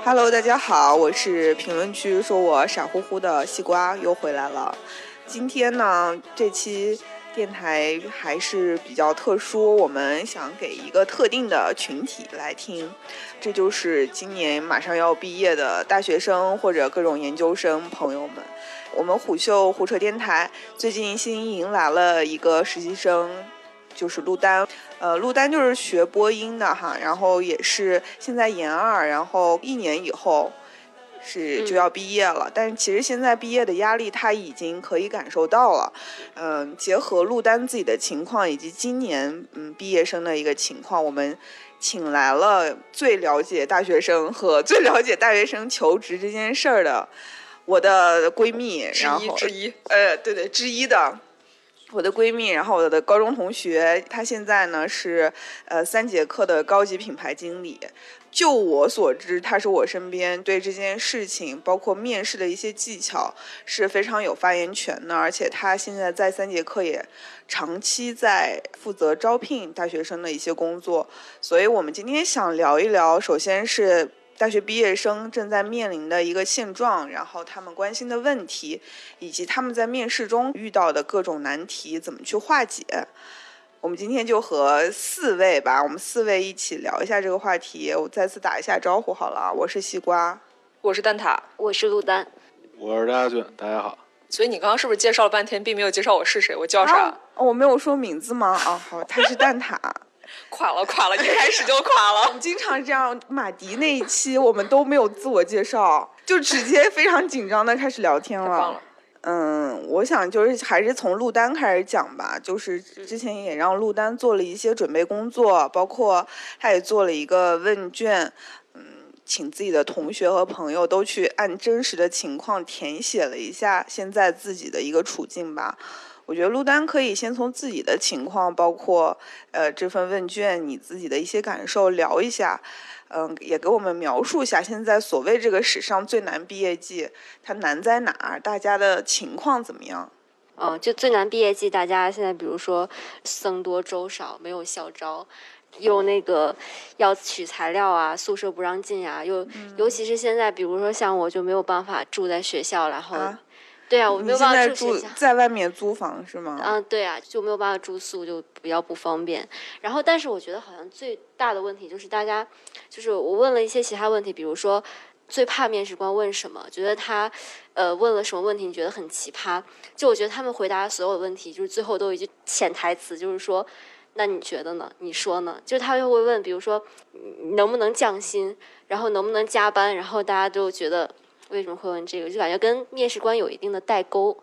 Hello， 大家好，我是评论区说我傻乎乎的西瓜又回来了。今天呢，这期电台还是比较特殊，我们想给一个特定的群体来听，这就是今年马上要毕业的大学生或者各种研究生朋友们。我们虎嗅胡扯电台最近新迎来了一个实习生，就是陆丹。陆丹就是学播音的哈，然后也是现在研二，然后1年以后就要毕业了，但是其实现在毕业的压力他已经可以感受到了。结合陆丹自己的情况以及今年毕业生的一个情况，我们请来了最了解大学生和最了解大学生求职这件事儿的我的闺蜜，然后之一的我的闺蜜，然后我的高中同学，她现在呢是3节课的高级品牌经理。就我所知，她是我身边对这件事情包括面试的一些技巧是非常有发言权的，而且她现在在3节课也长期在负责招聘大学生的一些工作。所以我们今天想聊一聊，首先是大学毕业生正在面临的一个现状，然后他们关心的问题，以及他们在面试中遇到的各种难题怎么去化解。我们今天就和我们4位一起聊一下这个话题。我再次打一下招呼好了，我是西瓜， 我是蛋挞， 我是陆丹， 我是大俊，大家好。 所以你刚刚是不是介绍了半天并没有介绍我是谁，我叫啥？ 我没有说名字吗？好，他是蛋挞。 垮了，一开始就垮了。 我们经常这样，马迪那一期我们都没有自我介绍，就直接非常紧张的开始聊天了。 太棒了。 我想就是还是从陆丹开始讲吧，就是之前也让陆丹做了一些准备工作，包括他也做了一个问卷，请自己的同学和朋友都去按真实的情况填写了一下现在自己的一个处境吧。我觉得陆丹可以先从自己的情况，包括这份问卷你自己的一些感受聊一下，也给我们描述一下现在所谓这个史上最难毕业季它难在哪儿，大家的情况怎么样？ 就最难毕业季，大家现在比如说僧多粥少，没有校招，又那个要取材料啊，宿舍不让进啊，尤其是现在比如说像我就没有办法住在学校，然后对啊，我没有办法住学校， 在外面租房是吗？ 对啊，就没有办法住宿，就比较不方便。然后但是我觉得好像最大的问题就是大家，就是我问了一些其他问题，比如说最怕面试官问什么，觉得他问了什么问题你觉得很奇葩，就我觉得他们回答所有的问题就是最后都有一句潜台词，就是说那你觉得呢，你说呢，就是他就会问比如说能不能降薪，然后能不能加班，然后大家都觉得为什么会问这个，就感觉跟面试官有一定的代沟。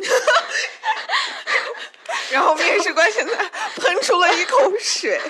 然后面试官现在喷出了一口水。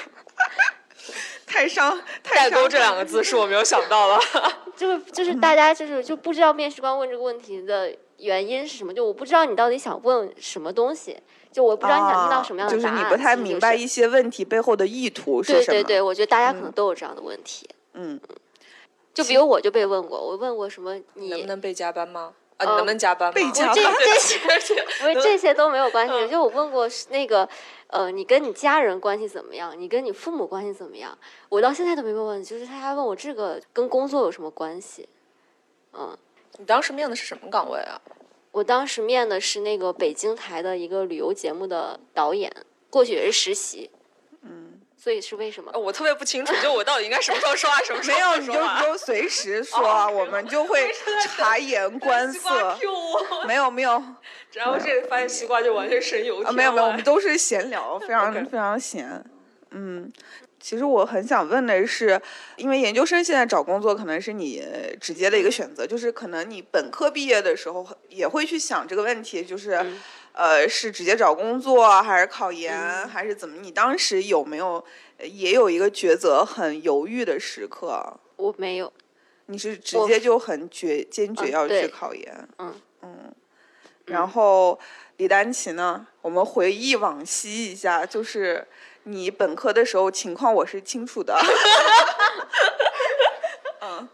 代沟这2个字是我没有想到的。 就是大家就不知道面试官问这个问题的原因是什么，就我不知道你到底想问什么东西，就我不知道你想听到什么样的答案， 就是你不太明白一些问题背后的意图是什么。 对，我觉得大家可能都有这样的问题。就比如我就被问过，我问过什么你能不能被加班吗？你能不能加班吗？ 被加班这些都没有关系。就我问过那个你跟你家人关系怎么样，你跟你父母关系怎么样，我到现在都没问，就是他还问我这个跟工作有什么关系。 你当时面的是什么岗位啊？ 我当时面的是那个北京台的一个旅游节目的导演，过去也是实习。所以是为什么？ 我特别不清楚，就我到底应该什么时候说话，什么时候不说话？ 没有，你就随时说，我们就会察言观色。没有。 然后这发现西瓜就完全神游天外。 没有，我们都是闲聊，非常闲。其实我很想问的是，因为研究生现在找工作可能是你直接的一个选择，就是可能你本科毕业的时候也会去想这个问题，就是是直接找工作还是考研还是怎么？你当时有没有也有一个抉择很犹豫的时刻？ 我没有。 你是直接就很坚决要去考研？然后李丹琪呢？我们回忆往昔一下，就是你本科的时候情况我是清楚的。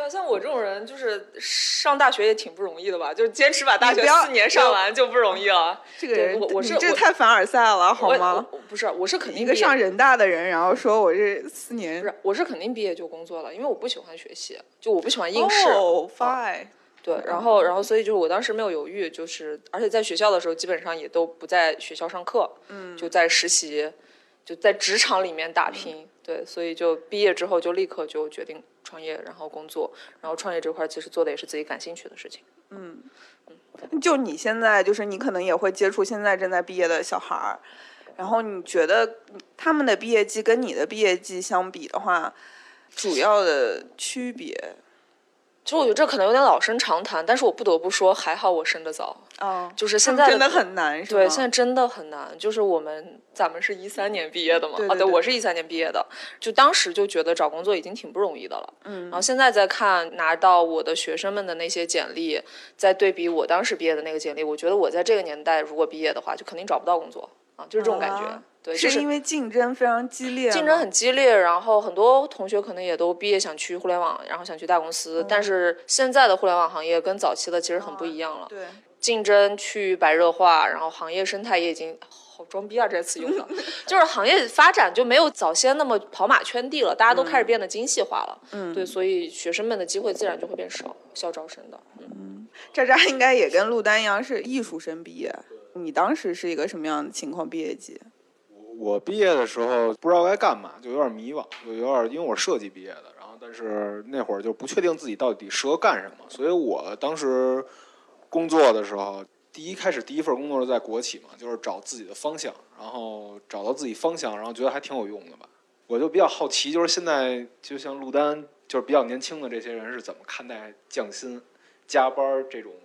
对啊，像我这种人，就是上大学也挺不容易的吧，就是坚持把大学你不要 4年上完就不容易了。 这个人， 我是你这太凡尔赛了，好吗？ 不是，我是肯定一个上人大的人，然后说我这4年， 不是，我是肯定毕业就工作了，因为我不喜欢学习，就我不喜欢应试。 fine。 对，然后所以就是我当时没有犹豫，就是而且在学校的时候基本上也都不在学校上课，就在实习，就在职场里面打拼。对，所以就毕业之后就立刻就决定创业，然后工作，然后创业这块其实做的也是自己感兴趣的事情。 就你现在就是你可能也会接触现在正在毕业的小孩儿，然后你觉得他们的毕业季跟你的毕业季相比的话，主要的区别？ 其实我觉得这可能有点老生常谈，但是我不得不说，还好我生得早。就是现在真的很难，是吗？ 对，现在真的很难。就是咱们是13年毕业的嘛？ 对， 我是13年毕业的，就当时就觉得找工作已经挺不容易的了。然后现在再看拿到我的学生们的那些简历，再对比我当时毕业的那个简历，我觉得我在这个年代如果毕业的话，就肯定找不到工作啊，就是这种感觉。对， 是因为竞争非常激烈， 竞争很激烈，然后很多同学可能也都毕业想去互联网，然后想去大公司，但是现在的互联网行业跟早期的其实很不一样了。 对， 竞争去白热化，然后行业生态也已经好装逼啊，这个词用的就是行业发展就没有早先那么跑马圈地了，大家都开始变得精细化了。对，所以学生们的机会自然就会变少，校招生的。 渣渣应该也跟陆丹一样是艺术生毕业，你当时是一个什么样的情况？毕业季？ 我毕业的时候不知道该干嘛，就有点迷惘，就有点因为我是设计毕业的，然后但是那会儿就不确定自己到底适合干什么，所以我当时工作的时候，第一份工作是在国企嘛，就是找自己的方向，然后找到自己方向，然后觉得还挺有用的吧。我就比较好奇，就是现在就像陆丹，就是比较年轻的这些人是怎么看待降薪、加班这种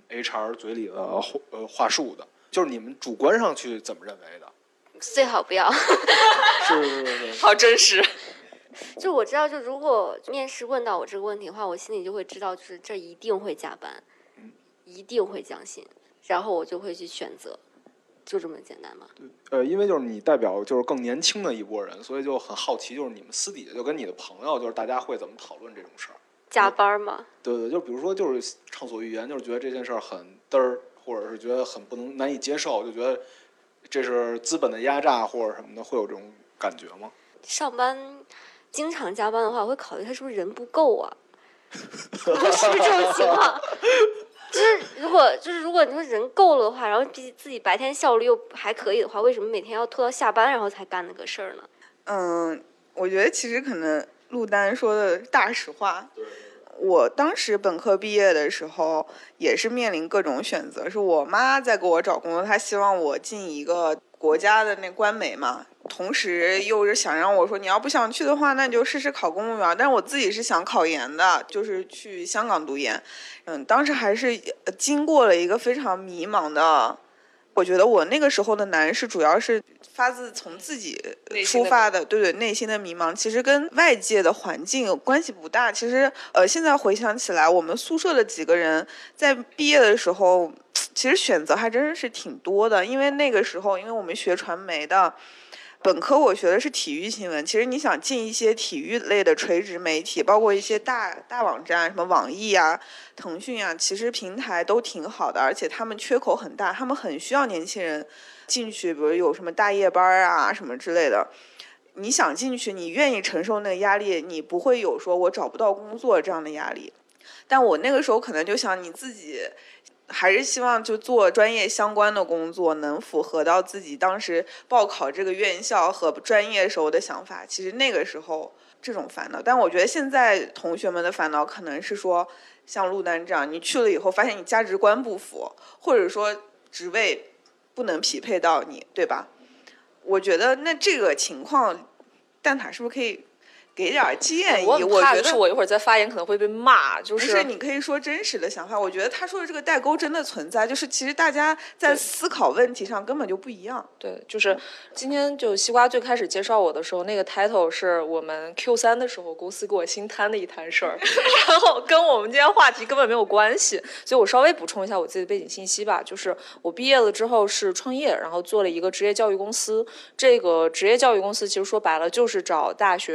HR 嘴里的话术的？就是你们主观上去怎么认为的？ 最好不要。 是， 好真实。 就我知道，就如果面试问到我这个问题的话，我心里就会知道，就是这一定会加班，一定会降薪，然后我就会去选择，就这么简单吗？ 因为就是你代表就是更年轻的一波人，所以就很好奇，就是你们私底下就跟你的朋友，就是大家会怎么讨论这种事儿？ 加班吗？ 对，就比如说就是畅所欲言，就是觉得这件事儿很嘚儿，或者是觉得很难以接受，就觉得这是资本的压榨或者什么的，会有这种感觉吗？ 上班经常加班的话，我会考虑他是不是人不够啊？是不是这种情况？就是如果你说人够了的话，然后自己白天效率又还可以的话，为什么每天要拖到下班然后才干那个事儿呢？ 我觉得其实可能陆丹说的大实话。我当时本科毕业的时候也是面临各种选择，是我妈在给我找工作，她希望我进一个国家的那官媒嘛，同时又是想让我说你要不想去的话，那你就试试考公务员。但是我自己是想考研的，就是去香港读研。当时还是经过了一个非常迷茫的，我觉得我那个时候的难是主要是发自从自己出发的，对内心的迷茫，其实跟外界的环境关系不大。其实现在回想起来，我们宿舍的几个人在毕业的时候，其实选择还真是挺多的。因为那个时候，因为我们学传媒的，本科我学的是体育新闻，其实你想进一些体育类的垂直媒体，包括一些大网站，什么网易啊、腾讯啊，其实平台都挺好的，而且他们缺口很大，他们很需要年轻人进去，比如有什么大夜班啊什么之类的。你想进去，你愿意承受那个压力，你不会有说我找不到工作这样的压力。但我那个时候可能就想，你自己还是希望就做专业相关的工作，能符合到自己当时报考这个院校和专业时候的想法。其实那个时候这种烦恼，但我觉得现在同学们的烦恼可能是说，像陆丹这样，你去了以后发现你价值观不符，或者说职位不能匹配到你，对吧？我觉得那这个情况，蛋挞是不是可以给点建议？ 我怕的是我一会儿再发言可能会被骂，就是不是你可以说真实的想法。我觉得他说的这个代沟真的存在，就是其实大家在思考问题上根本就不一样。 对，就是今天就西瓜最开始介绍我的时候，那个 title 是我们 Q3的时候公司给我新摊的一摊事儿，然后跟我们今天话题根本没有关系，所以我稍微补充一下我自己的背景信息吧。就是我毕业了之后是创业，然后做了一个职业教育公司。这个职业教育公司其实说白了就是找大学生以及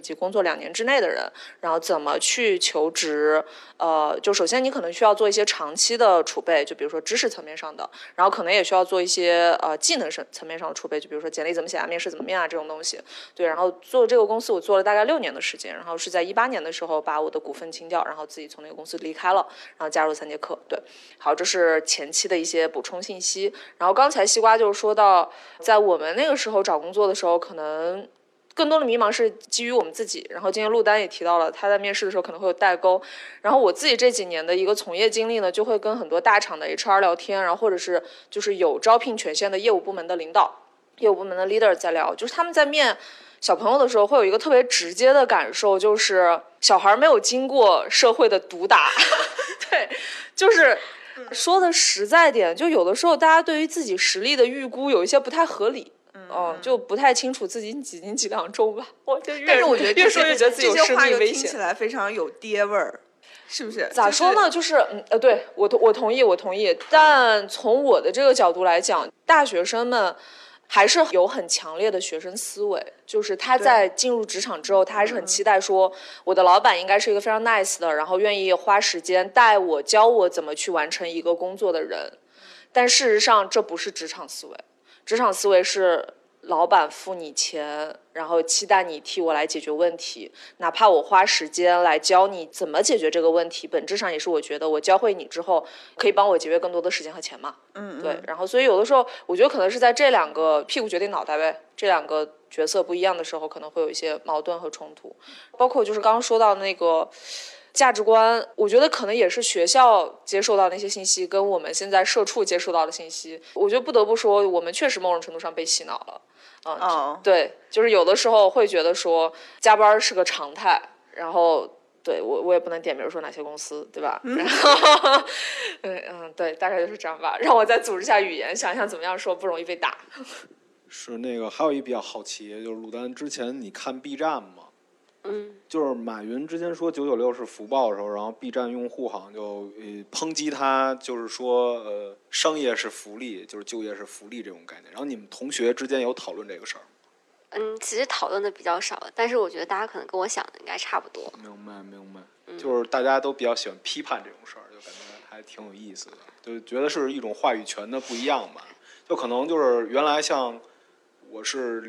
及工作2年之内的人，然后怎么去求职。就首先你可能需要做一些长期的储备，就比如说知识层面上的，然后可能也需要做一些技能层面上的储备，就比如说简历怎么写啊，面试怎么面啊这种东西。对，然后做这个公司我做了大概6年的时间，然后是在18年的时候把我的股份清掉，然后自己从那个公司离开了，然后加入3节课。对，好，这是前期的一些补充信息。然后刚才西瓜就是说到，在我们那个时候找工作的时候，可能更多的迷茫是基于我们自己。然后今天陆丹也提到了，他在面试的时候可能会有代沟。然后我自己这几年的一个从业经历呢，就会跟很多大厂的 HR 聊天，然后或者是就是有招聘权限的业务部门的领导、业务部门的 leader 在聊，就是他们在面小朋友的时候会有一个特别直接的感受，就是小孩没有经过社会的毒打。对，就是说的实在点，就有的时候大家对于自己实力的预估有一些不太合理。就不太清楚自己几斤几两重吧。 但是我觉得越说越觉得自己有生命危险。 听起来非常有爹味儿，是不是？ 咋说呢？就是对，我同意。但从我的这个角度来讲，大学生们还是有很强烈的学生思维，就是他在进入职场之后，他还是很期待说，我的老板应该是一个非常 nice 的，然后愿意花时间带我、教我怎么去完成一个工作的人。但事实上，这不是职场思维。职场思维是老板付你钱，然后期待你替我来解决问题，哪怕我花时间来教你怎么解决这个问题，本质上也是我觉得我教会你之后可以帮我节约更多的时间和钱嘛。对。然后所以有的时候我觉得可能是在这2个屁股决定脑袋呗，这2个角色不一样的时候可能会有一些矛盾和冲突。包括就是刚刚说到那个价值观，我觉得可能也是学校接受到那些信息跟我们现在社畜接受到的信息，我觉得不得不说我们确实某种程度上被洗脑了。对，就是有的时候会觉得说加班是个常态，然后对我也不能点名说哪些公司，对吧？然后对，大概就是这样吧。让我再组织下语言，想一想怎么样说不容易被打。 是那个还有一比较好奇，就是陆丹之前你看 B 站吗？就是马云之前说996是福报的时候，然后 B 站用户好像就抨击他，就是说商业是福利，就是就业是福利这种概念。然后你们同学之间有讨论这个事儿？ 其实讨论的比较少，但是我觉得大家可能跟我想的应该差不多。 明白，就是大家都比较喜欢批判这种事儿，就感觉还挺有意思的，就觉得是一种话语权的不一样吧。就可能就是原来像我是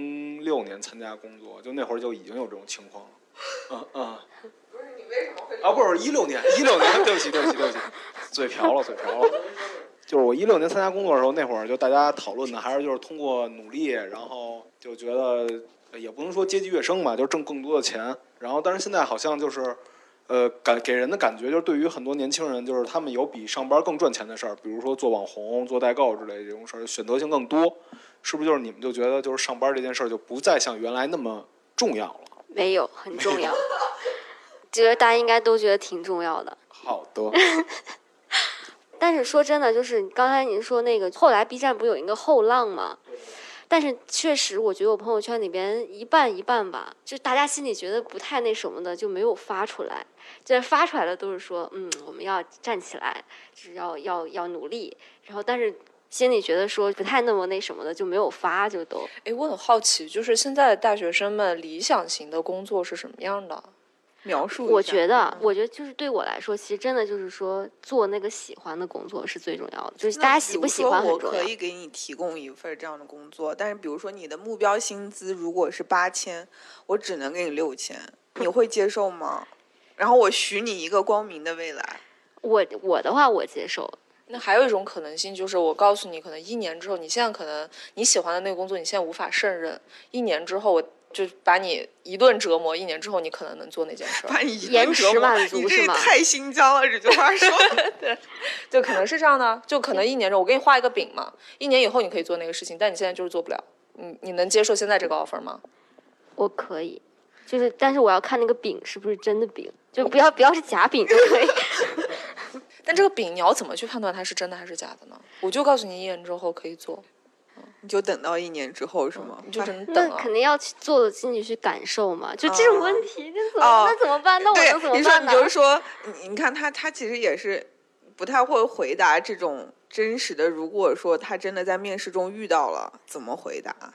06年参加工作，就那会儿就已经有这种情况了。 不是你为什么会？ 不是16年，对不起，嘴瓢了。就是我16年参加工作的时候，那会儿就大家讨论的还是就是通过努力，然后就觉得也不能说阶级跃升吧，就是挣更多的钱。然后但是现在好像就是给人的感觉就是对于很多年轻人，就是他们有比上班更赚钱的事儿，比如说做网红、做代购之类的这种事儿，选择性更多。是不是就是你们就觉得就是上班这件事儿就不再像原来那么重要了？ 没有，很重要。觉得大家应该都觉得挺重要的。 好的。 但是说真的，就是刚才您说那个，后来 B 站不有一个后浪吗？但是确实，我觉得我朋友圈里边一半一半吧，就大家心里觉得不太那什么的，就没有发出来。这发出来的都是说，我们要站起来，就是要努力。然后，但是心里觉得说不太那么那什么的，就没有发，就都。 我很好奇，就是现在的大学生们理想型的工作是什么样的？ 描述一下。 我觉得就是对我来说，其实真的就是说做那个喜欢的工作是最重要的，就是大家喜不喜欢很重要。 我可以给你提供一份这样的工作，但是比如说你的目标薪资如果是8000，我只能给你6000，你会接受吗？然后我许你一个光明的未来。 我的话我接受。 那还有一种可能性就是我告诉你，可能1年之后，你现在可能你喜欢的那个工作你现在无法胜任，1年之后我就把你一顿折磨，1年之后你可能能做那件事。 把你一延迟满足是吗？ 你这太新疆了，这句话说。 对，就可能是这样的，就可能1年之后我给你画一个饼嘛，1年以后你可以做那个事情，但你现在就是做不了。你能接受现在这个 offer 吗？ 我可以，但是我要看那个饼是不是真的饼，就不要是假饼就可以。 但这个饼你要怎么去判断它是真的还是假的呢？我就告诉你1年之后可以做。 你就等到1年之后是吗？ 你就只能等那肯定要去做进去去感受嘛，就这种问题，那怎么办？那我能怎么办呢？ 你就是说，你看他其实也是不太会回答这种真实的。如果说他真的在面试中遇到了，怎么回答？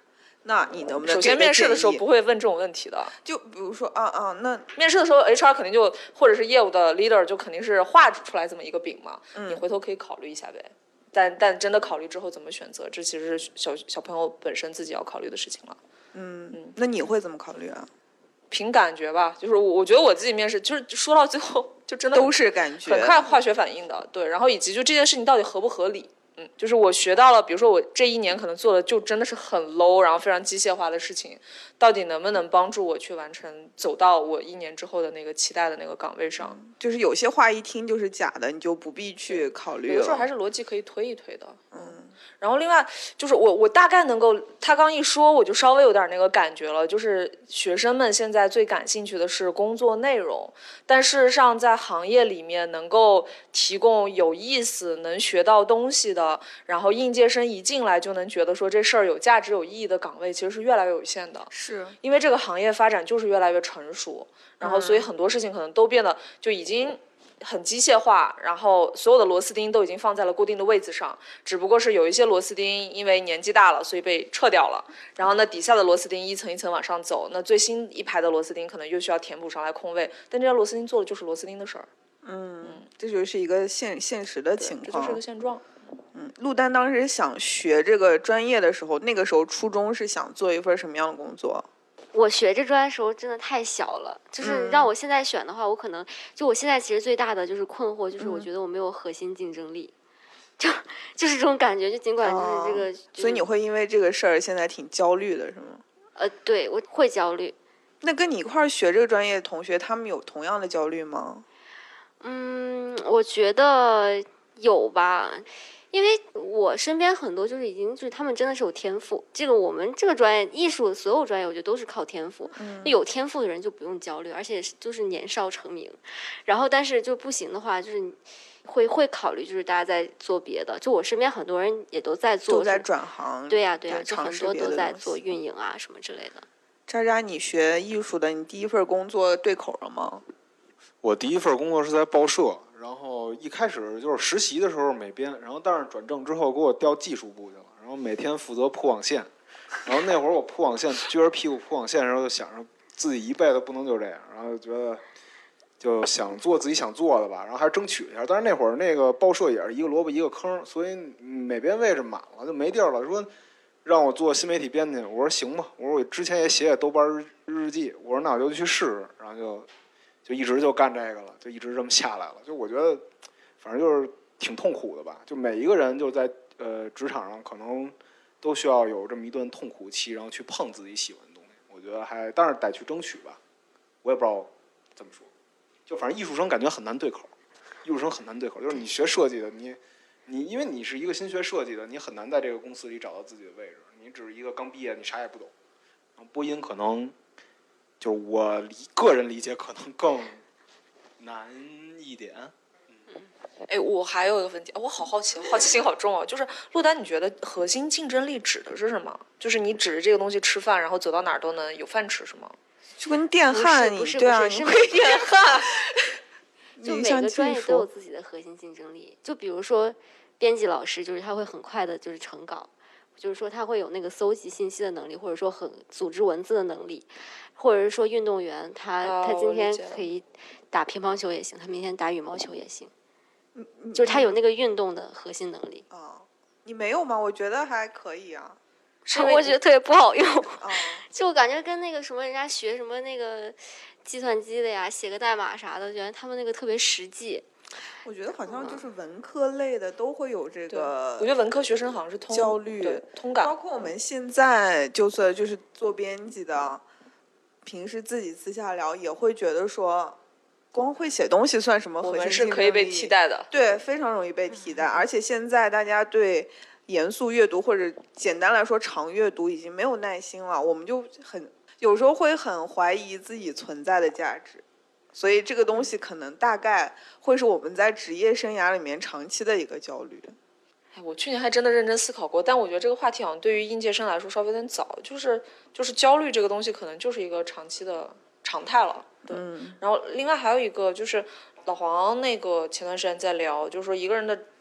那你能不能首先面试的时候给个建议不会问这种问题的， 就比如说那面试的时候 HR 肯定就或者是业务的 leader 就肯定是画出来这么一个饼嘛，你回头可以考虑一下呗。但真的考虑之后怎么选择，这其实是小朋友本身自己要考虑的事情了。 那你会怎么考虑啊？ 凭感觉吧，就是我觉得我自己面试就是说到最后就真的都是感觉， 很看化学反应的，对，然后以及就这件事情到底合不合理。就是我学到了，比如说我这一年可能做的就真的是很 low， 然后非常机械化的事情，到底能不能帮助我去完成走到我1年之后的那个期待的那个岗位上？ 就是有些话一听就是假的，你就不必去考虑了。 有的时候还是逻辑可以推一推的。然后另外就是我大概能够，他刚一说我就稍微有点那个感觉了，就是学生们现在最感兴趣的是工作内容，但事实上在行业里面能够提供有意思、能学到东西的，然后应届生一进来就能觉得说这事儿有价值、有意义的岗位，其实是越来越有限的。 是因为这个行业发展就是越来越成熟，然后所以很多事情可能都变得就已经很机械化，然后所有的螺丝钉都已经放在了固定的位置上，只不过是有一些螺丝钉因为年纪大了，所以被撤掉了，然后呢底下的螺丝钉一层一层往上走，那最新一排的螺丝钉可能又需要填补上来空位，但这些螺丝钉做的就是螺丝钉的事儿。 这就是一个现实的情况， 这就是个现状。 陆丹当时想学这个专业的时候，那个时候初衷是想做一份什么样的工作？ 我学这专业的时候真的太小了，就是让我现在选的话，我可能我现在其实最大的就是困惑，就是我觉得我没有核心竞争力，就是这种感觉。就尽管就是这个， 所以你会因为这个事儿现在挺焦虑的，是吗？ 对，我会焦虑。 那跟你一块儿学这个专业的同学，他们有同样的焦虑吗？ 我觉得有吧。因为我身边很多就是已经就是他们真的是有天赋，这个我们这个专业艺术所有专业我觉得都是靠天赋，有天赋的人就不用焦虑，而且就是年少成名，然后但是就不行的话就是会考虑就是大家在做别的，就我身边很多人也都在做， 都在转行， 对呀对呀，就很多都在做运运营啊什么之类的。 渣渣，你学艺术的，你第一份工作对口了吗？ 我第一份工作是在报社，然后一开始就是实习的时候美编，然后但是转正之后给我调技术部去了，然后每天负责铺网线，然后那会儿我铺网线撅着屁股铺网线的时候就想着自己一辈子不能就这样，然后就觉得就想做自己想做的吧，然后还是争取一下。但是那会儿那个报社也是一个萝卜一个坑，所以美编位置满了就没地儿了，说让我做新媒体编辑，我说行吧，我说我之前也写豆瓣日记，我说那我就去试试，然后就一直就干这个了，就一直这么下来了。就我觉得，反正就是挺痛苦的吧。就每一个人就在职场上，可能都需要有这么一段痛苦期，然后去碰自己喜欢的东西。我觉得但是得去争取吧。我也不知道怎么说，就反正艺术生感觉很难对口，艺术生很难对口。就是你学设计的，你因为你是一个新学设计的，你很难在这个公司里找到自己的位置。你只是一个刚毕业，你啥也不懂。然后播音可能。就是我个人理解可能更难一点。 我还有一个问题，我好好奇，好奇心好重哦。就是陆丹，你觉得核心竞争力指的是什么？就是你指着这个东西吃饭，然后走到哪儿都能有饭吃，是吗？ 就跟电焊，对啊，你会电焊。 就每个专业都有自己的核心竞争力。就比如说，编辑老师，就是他会很快的就是成稿。就是说他会有那个搜集信息的能力，或者说很组织文字的能力，或者是说运动员他今天可以打乒乓球也行，他明天打羽毛球也行，就是他有那个运动的核心能力。 你没有吗？我觉得还可以啊。 我觉得特别不好用。就我感觉跟那个什么人家学什么那个计算机的呀，写个代码啥的，觉得他们那个特别实际。 我觉得好像就是文科类的都会有这个， 我觉得文科学生好像是焦虑、 通感， 包括我们现在就算就是做编辑的，平时自己私下聊也会觉得说，光会写东西算什么核心竞争力？ 我们是可以被替代的， 对，非常容易被替代。而且现在大家对严肃阅读或者简单来说长阅读已经没有耐心了，我们就有时候会很怀疑自己存在的价值。所以这个东西可能大概会是我们在职业生涯里面长期的一个焦虑。 我去年还真的认真思考过，但我觉得这个话题好像对于应届生来说稍微有点早，就是焦虑这个东西可能就是一个长期的常态了。对，然后另外还有一个就是老黄那个前段时间在聊，就是说一个人的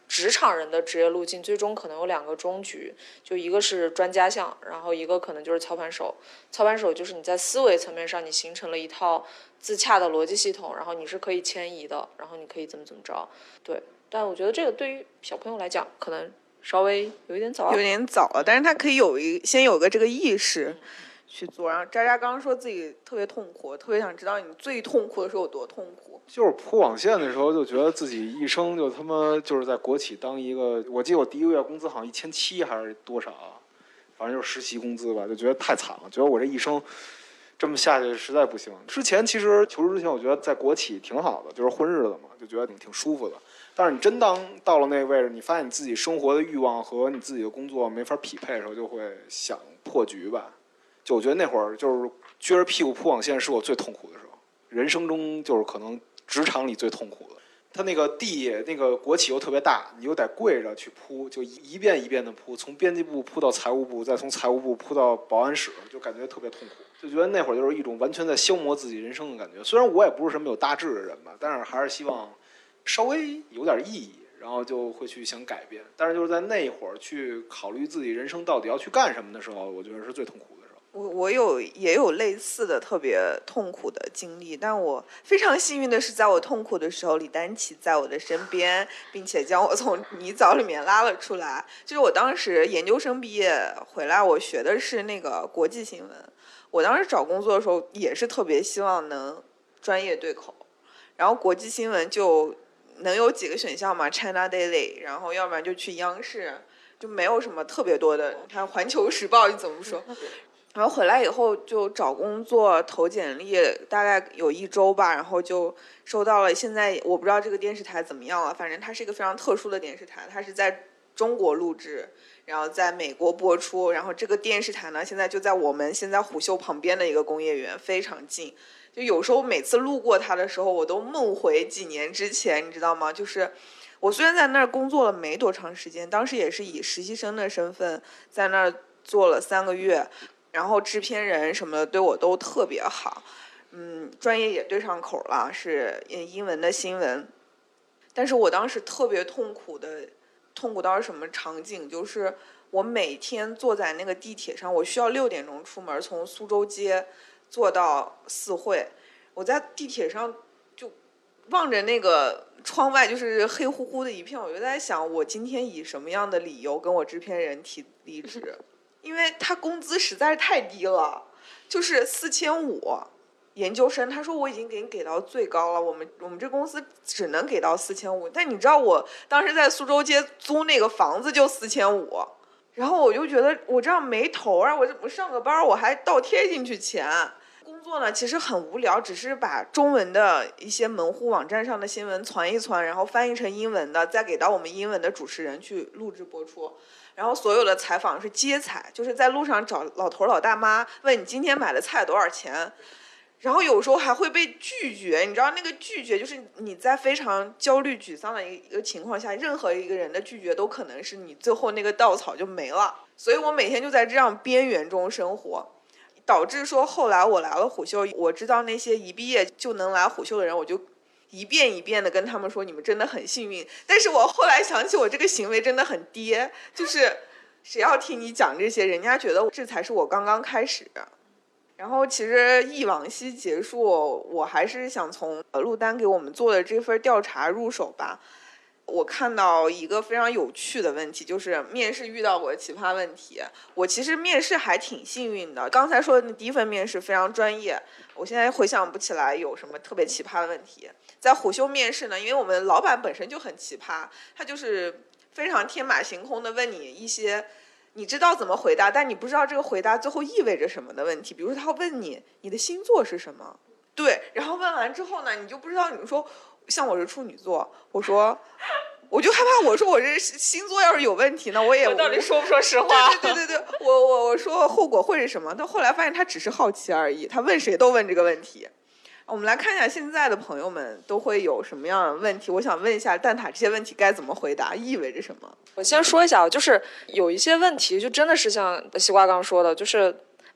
职场人的职业路径最终可能有2个终局，就一个是专家项，然后一个可能就是操盘手。操盘手就是你在思维层面上你形成了一套自洽的逻辑系统，然后你是可以迁移的，然后你可以怎么着。对，但我觉得这个对于小朋友来讲可能稍微有一点早， 但是他可以先有个这个意识去做。然后渣渣刚刚说自己特别痛苦，特别想知道你最痛苦的时候有多痛苦。 就是铺网线的时候，就觉得自己一生就他妈就是在国企当一个，我记得我第一个月工资好像1700还是多少啊，反正就是实习工资吧，就觉得太惨了，觉得我这一生这么下去实在不行。之前其实求职之前，我觉得在国企挺好的，就是混日子嘛，就觉得挺舒服的。但是你真当到了那个位置，你发现你自己生活的欲望和你自己的工作没法匹配的时候，就会想破局吧。就我觉得那会儿就是撅着屁股铺网线是我最痛苦的时候，人生中就是可能职场里最痛苦的。他那个地，那个国企又特别大，你又得跪着去铺，就一遍一遍的铺，从编辑部铺到财务部，再从财务部铺到保安室，就感觉特别痛苦。就觉得那会儿就是一种完全在消磨自己人生的感觉。虽然我也不是什么有大志的人吧，但是还是希望稍微有点意义，然后就会去想改变。但是就是在那一会儿去考虑自己人生到底要去干什么的时候，我觉得是最痛苦的时候。 我也有类似的特别痛苦的经历，但我非常幸运的是，在我痛苦的时候，李丹琪在我的身边，并且将我从泥沼里面拉了出来。就是我当时研究生毕业回来，我学的是那个国际新闻。我当时找工作的时候也是特别希望能专业对口，然后国际新闻就能有几个选项嘛 ，China Daily， 然后要不然就去央视，就没有什么特别多的。看环球时报你怎么说？然后回来以后就找工作投简历，大概有1周吧，然后就收到了。现在我不知道这个电视台怎么样了，反正它是一个非常特殊的电视台，它是在中国录制，然后在美国播出。然后这个电视台呢，现在就在我们现在虎嗅旁边的一个工业园，非常近。就有时候每次路过它的时候，我都梦回几年之前，你知道吗？就是我虽然在那儿工作了没多长时间，当时也是以实习生的身份在那儿做了3个月。然后制片人什么的对我都特别好，专业也对上口了，是英文的新闻。但是我当时特别痛苦到什么场景，就是我每天坐在那个地铁上，我需要6点钟出门，从苏州街坐到四惠。我在地铁上就望着那个窗外，就是黑乎乎的一片，我就在想，我今天以什么样的理由跟我制片人提离职？因为他工资实在是太低了，就是4500，研究生。他说我已经给你给到最高了，我们这公司只能给到4500。但你知道我当时在苏州街租那个房子就4500，然后我就觉得我这样没头啊，我上个班我还倒贴进去钱。工作呢其实很无聊，只是把中文的一些门户网站上的新闻传一传，然后翻译成英文的，再给到我们英文的主持人去录制播出。然后所有的采访是接采，就是在路上找老头老大妈，问你今天买的菜多少钱，然后有时候还会被拒绝。你知道那个拒绝，就是你在非常焦虑沮丧的一个情况下，任何一个人的拒绝都可能是你最后那个稻草就没了。所以我每天就在这样边缘中生活，导致说后来我来了虎嗅，我知道那些一毕业就能来虎嗅的人，我就一遍一遍的跟他们说你们真的很幸运。但是我后来想起我这个行为真的很爹，就是谁要听你讲这些，人家觉得这才是我刚刚开始。然后其实忆往昔结束，我还是想从陆丹给我们做的这份调查入手吧。我看到一个非常有趣的问题，就是面试遇到过奇葩问题。我其实面试还挺幸运的，刚才说的第一份面试非常专业，我现在回想不起来有什么特别奇葩的问题。在虎嗅面试呢，因为我们老板本身就很奇葩，他就是非常天马行空的问你一些你知道怎么回答，但你不知道这个回答最后意味着什么的问题。比如说他问你的星座是什么，对，然后问完之后呢，你就不知道，你说像我是处女座，我就害怕，我说我这星座要是有问题呢，我到底说不说实话？ 对，我说后果会是什么？但后来发现他只是好奇而已，他问谁都问这个问题。我们来看一下现在的朋友们都会有什么样的问题。我想问一下蛋挞，这些问题该怎么回答，意味着什么？ 我先说一下，就是有一些问题就真的是像西瓜刚说的，就是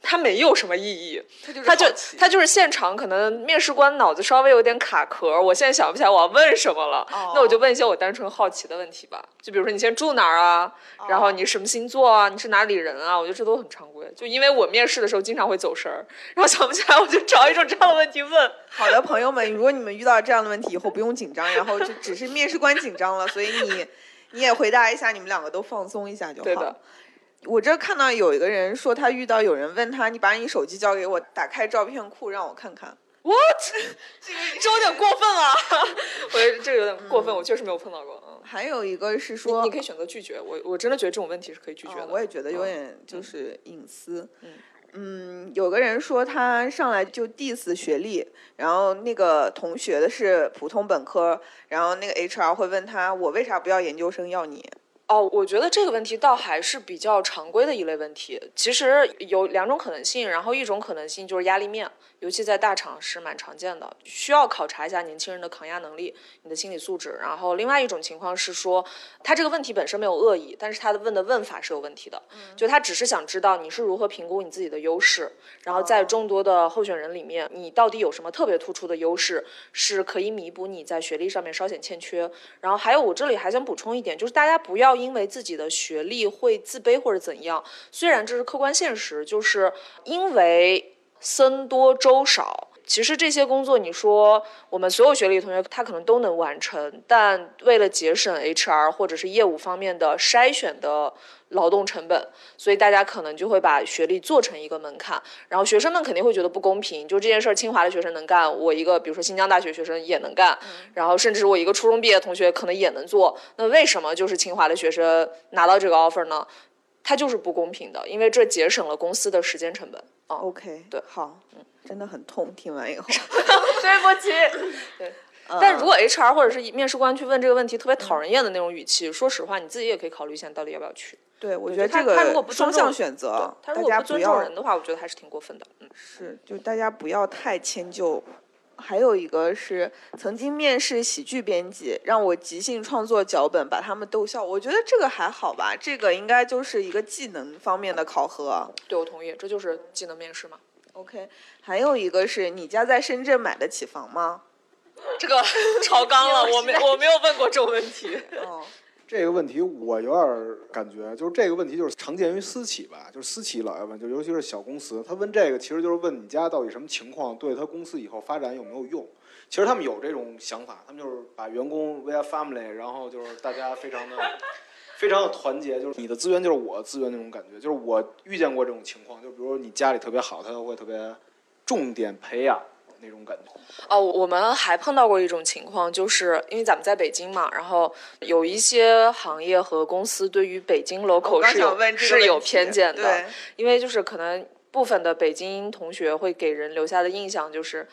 它没有什么意义， 他就是现场可能面试官脑子稍微有点卡壳，我现在想不起来我要问什么了，那我就问一些我单纯好奇的问题吧，就比如说你现在住哪儿啊，然后你什么星座啊，你是哪里人啊，我觉得这都很常规，就因为我面试的时候经常会走神儿，然后想不起来我就找一种这样的问题问。 好的，朋友们，如果你们遇到这样的问题以后不用紧张，然后就只是面试官紧张了，所以你也回答一下，你们两个都放松一下就好。 对的。 我这看到有一个人说他遇到有人问他，你把你手机交给我，打开照片库让我看看。 What？ 这有点过分了，我觉得这个有点过分，我确实没有碰到过。 还有一个是说， 你可以选择拒绝，我真的觉得这种问题是可以拒绝的。 我也觉得有点就是隐私。有个人说他上来就 diss 学历，然后那个同学的是普通本科，然后那个 HR 会问他，我为啥不要研究生要你？ 我觉得这个问题倒还是比较常规的一类问题。其实有两种可能性，然后一种可能性就是压力面，尤其在大厂是蛮常见的，需要考察一下年轻人的抗压能力、你的心理素质。然后另外一种情况是说，他这个问题本身没有恶意，但是他的问法是有问题的，就他只是想知道你是如何评估你自己的优势，然后在众多的候选人里面，你到底有什么特别突出的优势，是可以弥补你在学历上面稍显欠缺。然后还有我这里还想补充一点，就是大家不要因为自己的学历会自卑或者怎样，虽然这是客观现实，就是因为僧多粥少，其实这些工作你说我们所有学历同学他可能都能完成，但为了节省 HR 或者是业务方面的筛选的劳动成本，所以大家可能就会把学历做成一个门槛，然后学生们肯定会觉得不公平，就这件事儿清华的学生能干，我一个比如说新疆大学学生也能干，然后甚至我一个初中毕业的同学可能也能做，那为什么就是清华的学生拿到这个 offer 呢？它就是不公平的，因为这节省了公司的时间成本。 OK， 对，好，真的很痛，听完以后。 对不起。对。但如果 HR 或者是面试官去问这个问题特别讨人厌的那种语气，说实话你自己也可以考虑一下你到底要不要去。 对，我觉得这个双向选择， 他如果不尊重人的话，我觉得还是挺过分的。 是，就大家不要太迁就。还有一个是曾经面试喜剧编辑，让我即兴创作脚本，把他们逗笑。我觉得这个还好吧，这个应该就是一个技能方面的考核。 对，我同意，这就是技能面试嘛。 OK， 还有一个是你家在深圳买得起房吗？ 这个超纲了，我没有问过这种问题。 这个问题我有点感觉，就是这个问题就是常见于私企吧，就是私企老要问，就尤其是小公司，他问这个其实就是问你家到底什么情况，对他公司以后发展有没有用。其实他们有这种想法，他们就是把员工 we are family， 然后就是大家非常的团结，就是你的资源就是我的资源那种感觉。就是我遇见过这种情况，就比如说你家里特别好，他会特别重点培养那种感觉。 我们还碰到过一种情况，就是因为咱们在北京嘛，然后有一些行业和公司对于北京 local 是有偏见的，因为就是可能部分的北京同学会给人留下的印象就是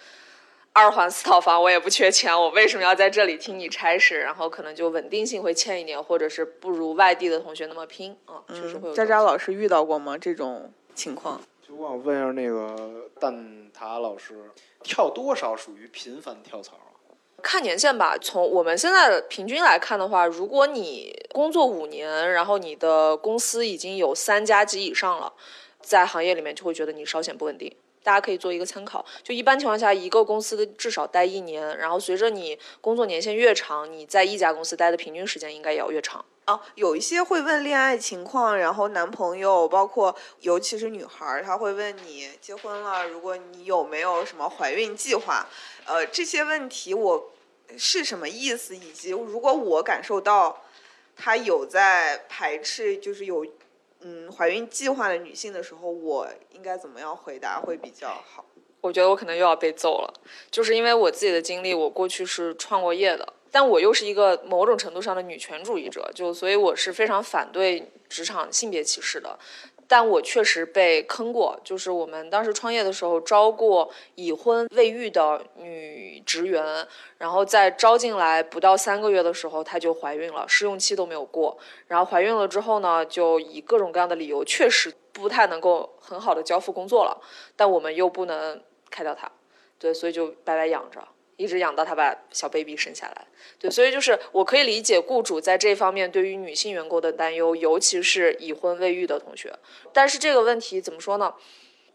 2环4套房我也不缺钱，我为什么要在这里听你差事，然后可能就稳定性会欠一点，或者是不如外地的同学那么拼。确实会有。 渣渣老师遇到过吗这种情况？ 就我想问一下那个蛋挞老师，跳多少属于频繁跳槽啊？ 看年限吧，从我们现在平均来看的话，如果你工作5年，然后你的公司已经有3家及以上了，在行业里面就会觉得你稍显不稳定。大家可以做一个参考，就一般情况下，一个公司至少待1年，然后随着你工作年限越长，你在一家公司待的平均时间应该也要越长。 有一些会问恋爱情况，然后男朋友，包括尤其是女孩，她会问你结婚了，如果你有没有什么怀孕计划，这些问题我是什么意思，以及如果我感受到他有在排斥，就是有怀孕计划的女性的时候，我应该怎么样回答会比较好？ 我觉得我可能又要被揍了，就是因为我自己的经历，我过去是创过业的，但我又是一个某种程度上的女权主义者，所以我是非常反对职场性别歧视的。但我确实被坑过，就是我们当时创业的时候招过已婚未育的女职员，然后在招进来不到3个月的时候她就怀孕了，试用期都没有过，然后怀孕了之后呢，就以各种各样的理由确实不太能够很好的交付工作了，但我们又不能开掉她，对，所以就白白养着，一直养到她把小 baby 生下来。对，所以就是我可以理解雇主在这方面对于女性员工的担忧，尤其是已婚未育的同学。但是这个问题怎么说呢？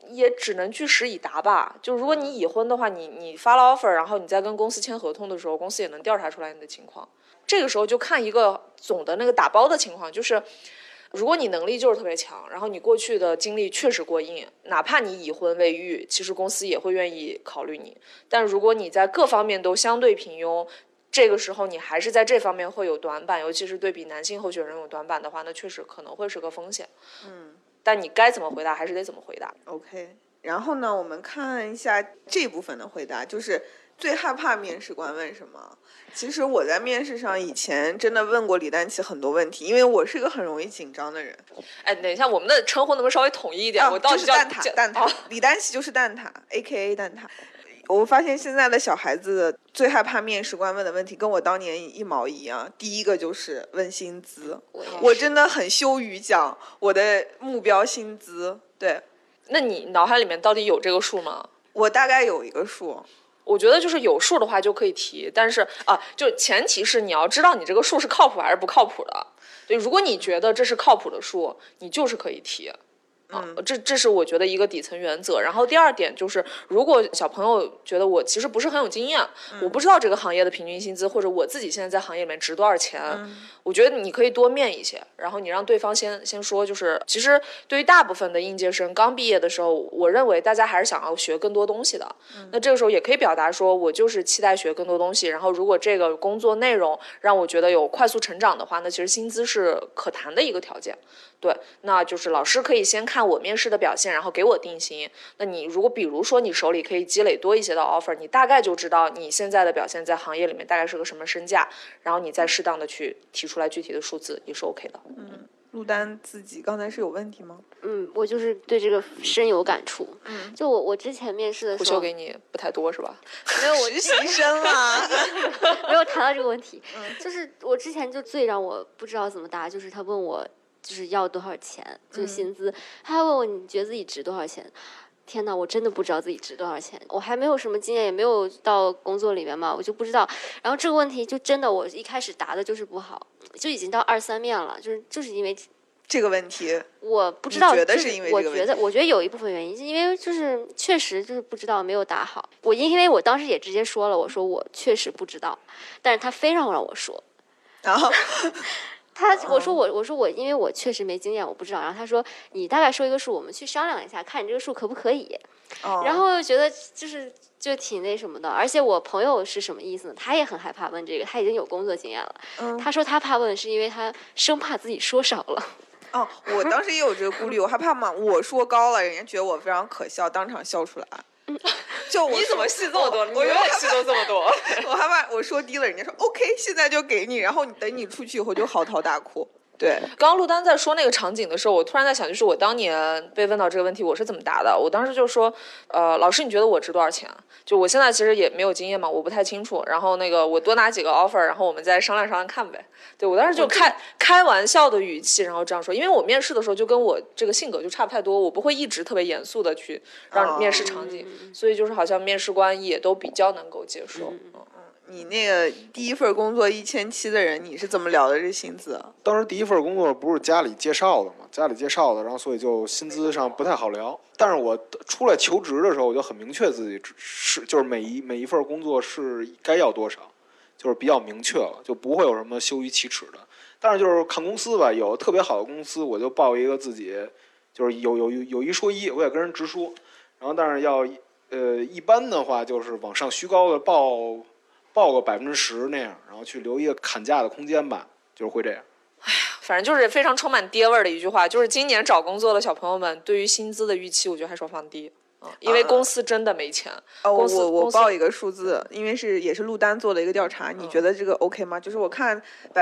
也只能据实以答吧。就如果你已婚的话，你发了 offer， 然后你再跟公司签合同的时候，公司也能调查出来你的情况。这个时候就看一个总的那个打包的情况，就是如果你能力就是特别强，然后你过去的经历确实过硬，哪怕你已婚未育，其实公司也会愿意考虑你。但如果你在各方面都相对平庸，这个时候你还是在这方面会有短板，尤其是对比男性候选人有短板的话，那确实可能会是个风险。但你该怎么回答还是得怎么回答。 OK， 然后呢，我们看一下这部分的回答，就是最害怕面试官问什么。其实我在面试上以前真的问过李丹琪很多问题，因为我是一个很容易紧张的人。 哎，等一下，我们的称呼能不能稍微统一一点？我到底就是蛋挞，蛋挞，李丹琪就是蛋挞 ，AKA 蛋挞。我发现现在的小孩子最害怕面试官问的问题跟我当年一毛一样。第一个就是问薪资，我真的很羞于讲我的目标薪资。对， 那你脑海里面到底有这个数吗？ 我大概有一个数。 我觉得就是有数的话就可以提，但是就前提是你要知道你这个数是靠谱还是不靠谱的。对，如果你觉得这是靠谱的数，你就是可以提。这是我觉得一个底层原则。然后第二点就是，如果小朋友觉得我其实不是很有经验，我不知道这个行业的平均薪资，或者我自己现在在行业里面值多少钱，我觉得你可以多面一些，然后你让对方先说，就是其实对于大部分的应届生刚毕业的时候，我认为大家还是想要学更多东西的。那这个时候也可以表达说，我就是期待学更多东西，然后如果这个工作内容让我觉得有快速成长的话，那其实薪资是可谈的一个条件。对，那就是老师可以先看我面试的表现，然后给我定薪。那你如果比如说你手里可以积累多一些的 offer， 你大概就知道你现在的表现在行业里面大概是个什么身价，然后你再适当的去提出来具体的数字也是 OK 的。 陆丹自己刚才是有问题吗？ 我就是对这个深有感触。就我之前面试的时候， 不修给你不太多是吧？ 没有，我实习生啊， 没有谈到这个问题。就是我之前就最让我不知道怎么答，就是他问我就是要多少钱，就是薪资，他还问我你觉得自己值多少钱？天哪，我真的不知道自己值多少钱，我还没有什么经验，也没有到工作里面嘛，我就不知道。然后这个问题就真的我一开始答的就是不好，就已经到2、3面了，就是因为这个问题， 我不知道， 你觉得是因为这个问题？ 我觉得有一部分原因是因为就是确实就是不知道，没有答好。因为我当时也直接说了，我说我确实不知道，但是他非让我说， 然后我说我因为我确实没经验，我不知道。然后他说你大概说一个数，我们去商量一下，看你这个数可不可以。然后又觉得就挺那什么的，而且我朋友是什么意思呢？他也很害怕问这个，他已经有工作经验了。他说他怕问是因为他生怕自己说少了。 我当时也有这个顾虑，我害怕嘛，我说高了，人家觉得我非常可笑，当场笑出来。就你怎么戏这么多？你永远戏都这么多。 我害怕我说低了，人家说 OK， 现在就给你，然后等你出去以后就嚎啕大哭。对， 刚刚陆丹在说那个场景的时候，我突然在想，就是我当年被问到这个问题，我是怎么答的？我当时就说，老师，你觉得我值多少钱？就我现在其实也没有经验嘛，我不太清楚。然后我多拿几个 offer， 然后我们再商量商量看呗。对，我当时就开玩笑的语气，然后这样说，因为我面试的时候就跟我这个性格就差不太多，我不会一直特别严肃的去让面试场景，所以就是好像面试官也都比较能够接受。 你那个第一份工作1700的人，你是怎么聊的这薪资？ 当时第一份工作不是家里介绍的嘛，然后所以就薪资上不太好聊。但是我出来求职的时候，我就很明确自己就是每一份工作是该要多少，就是比较明确了，就不会有什么羞于启齿的。但是就是看公司吧，有特别好的公司，我就报一个自己就是有一说一，我也跟人直说。然后但是要一般的话就是往上虚高的报个10%那样，然后去留一个砍价的空间吧，就是会这样。 哎呀，反正就是非常充满爹味儿的一句话，就是今年找工作的小朋友们对于薪资的预期，我觉得还是要放低。因为公司真的没钱。 我报一个数字，因为也是陆丹做的一个调查，你觉得这个 OK 吗？就是我看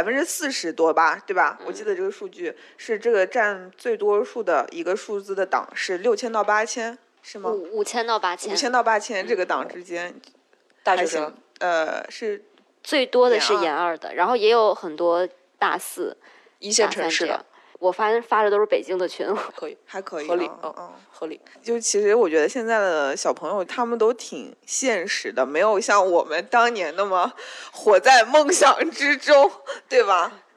40%多吧，对吧？我记得这个数据是这个占最多数的一个数字的档是6000到8000，是吗 ？5000到8000，5000 到8000这个档之间， 大学生是最多的是研2的，然后也有很多大4、 一线城市的。 我发的都是北京的群， 还可以， 合理，合理。 就其实我觉得现在的小朋友他们都挺现实的，没有像我们当年那么活在梦想之中，对吧？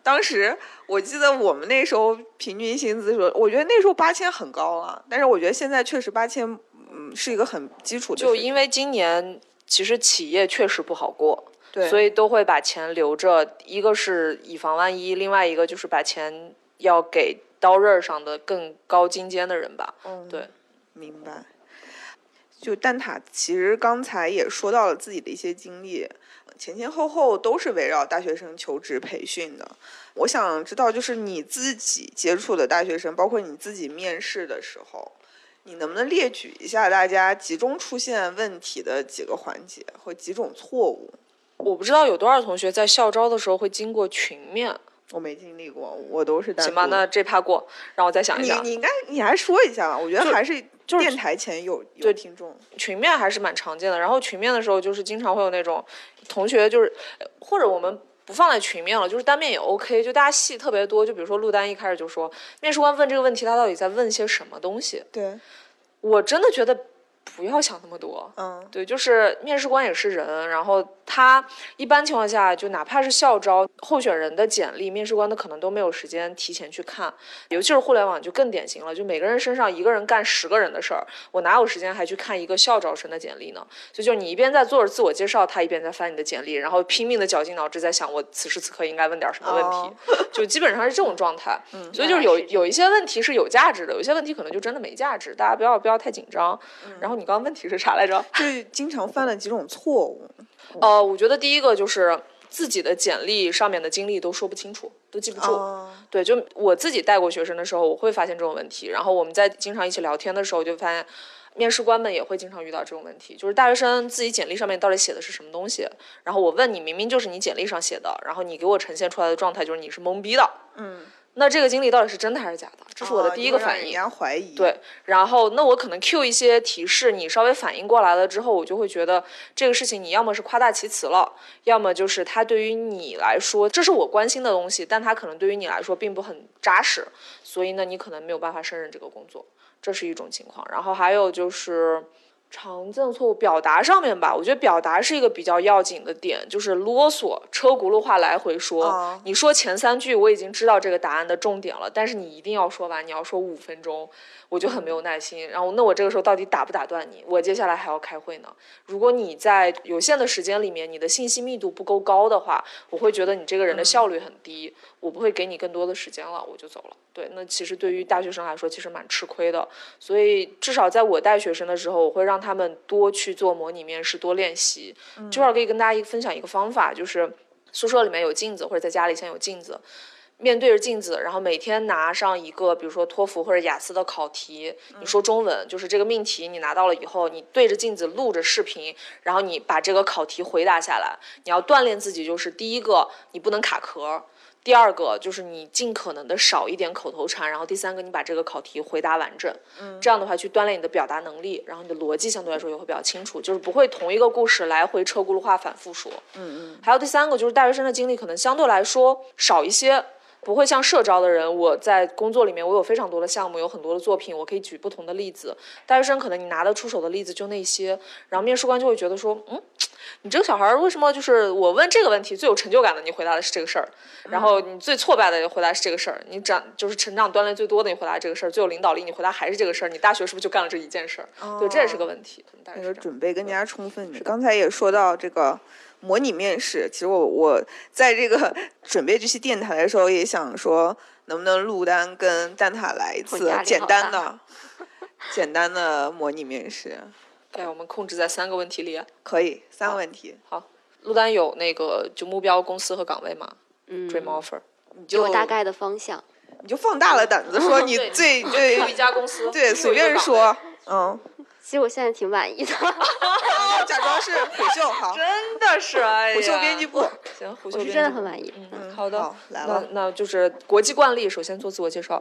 当时我记得我们那时候平均薪资说，我觉得那时候8000很高了，但是我觉得现在确实8000，是一个很基础的水平。 就因为今年其实企业确实不好过， 对， 所以都会把钱留着，一个是以防万一，另外一个就是把钱要给刀刃上的更高精尖的人吧。对， 明白。就蛋挞其实刚才也说到了自己的一些经历，前前后后都是围绕大学生求职培训的。我想知道，就是你自己接触的大学生，包括你自己面试的时候，你能不能列举一下大家集中出现问题的几个环节或几种错误？ 我不知道有多少同学在校招的时候会经过群面。 我没经历过，我都是单独。 行吧，那这趴过，让我再想一想。 你还说一下吧，我觉得还是电台前有听众。 群面还是蛮常见的，然后群面的时候就是经常会有那种同学就是，或者我们不放在群面了，就是单面也 OK， 就大家戏特别多，就比如说陆丹一开始就说，面试官问这个问题，他到底在问些什么东西？ 对， 我真的觉得不要想那么多。对，就是面试官也是人，然后他一般情况下就哪怕是校招候选人的简历，面试官的可能都没有时间提前去看，尤其是互联网就更典型了，就每个人身上一个人干10个人的事儿，我哪有时间还去看一个校招生的简历呢？所以就是你一边在做着自我介绍，他一边在翻你的简历，然后拼命的绞尽脑汁在想我此时此刻应该问点什么问题，就基本上是这种状态。所以就是有一些问题是有价值的，有一些问题可能就真的没价值，大家不要太紧张。然后你刚刚问题是啥来着？ 就是经常犯了几种错误。 我觉得第一个就是自己的简历上面的经历都说不清楚，都记不住。对，就我自己带过学生的时候，我会发现这种问题。然后我们在经常一起聊天的时候，就发现面试官们也会经常遇到这种问题，就是大学生自己简历上面到底写的是什么东西。然后我问你，明明就是你简历上写的，然后你给我呈现出来的状态就是你是懵逼的。那这个经历到底是真的还是假的？这是我的第一个反应。 人家怀疑。 对，然后那我可能 cue 一些提示，你稍微反应过来了之后，我就会觉得这个事情你要么是夸大其词了，要么就是它对于你来说，这是我关心的东西，但它可能对于你来说并不很扎实，所以呢，你可能没有办法胜任这个工作，这是一种情况。然后还有就是常见错误表达上面吧，我觉得表达是一个比较要紧的点，就是啰嗦车轱辘话来回说。你说前3句我已经知道这个答案的重点了，但是你一定要说完，你要说5分钟，我就很没有耐心。然后那我这个时候到底打不打断你？我接下来还要开会呢。如果你在有限的时间里面，你的信息密度不够高的话，我会觉得你这个人的效率很低，我不会给你更多的时间了，我就走了。对，那其实对于大学生来说其实蛮吃亏的，所以至少在我带学生的时候，我会让他们多去做模拟面试，多练习。这块可以跟大家分享一个方法，就是宿舍里面有镜子，或者在家里先有镜子，面对着镜子，然后每天拿上一个比如说托福或者雅思的考题，你说中文，就是这个命题你拿到了以后，你对着镜子录着视频，然后你把这个考题回答下来。你要锻炼自己，就是第一个你不能卡壳，第二个就是你尽可能的少一点口头禅，然后第三个你把这个考题回答完整。这样的话去锻炼你的表达能力，然后你的逻辑相对来说也会比较清楚，就是不会同一个故事来回车轱辘话反复说。还有第三个就是大学生的经历可能相对来说少一些，不会像社招的人，我在工作里面我有非常多的项目，有很多的作品，我可以举不同的例子。大学生可能你拿得出手的例子就那些，然后面试官就会觉得说，你这个小孩为什么就是我问这个问题最有成就感的你回答的是这个事儿，然后你最挫败的回答是这个事儿，你就是成长锻炼最多的你回答这个事儿，最有领导力你回答还是这个事儿，你大学是不是就干了这一件事儿？对，这也是个问题。 那个准备更加充分。刚才也说到这个模拟面试，其实我在这个准备这期电台的时候也想说，能不能陆丹跟蛋挞来一次简单的模拟面试。 对，我们控制在3个问题里。 可以3个问题。 好，陆丹有那个就目标公司和岗位吗？Dream offer， 你就有大概的方向， 你就放大了胆子说你最一家公司， 对，随便说。 其实我现在挺满意的。 假装是虎嗅，好， 真的是虎嗅编辑部。 行，虎嗅编辑部真的很满意。 好的， 来了， 那就是国际惯例，首先做自我介绍。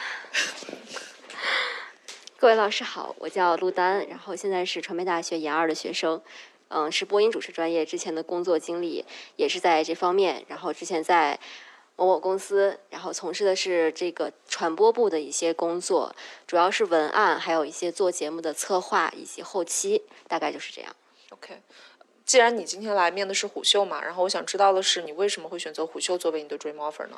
各位老师好，我叫陆丹，然后现在是传媒大学研2的学生，是播音主持专业，之前的工作经历也是在这方面，然后之前在某公司，然后从事的是这个传播部的一些工作，主要是文案，还有一些做节目的策划以及后期，大概就是这样。 OK， 既然你今天来面的是虎嗅嘛，然后我想知道的是，你为什么会选择虎嗅作为你的 Dream offer 呢？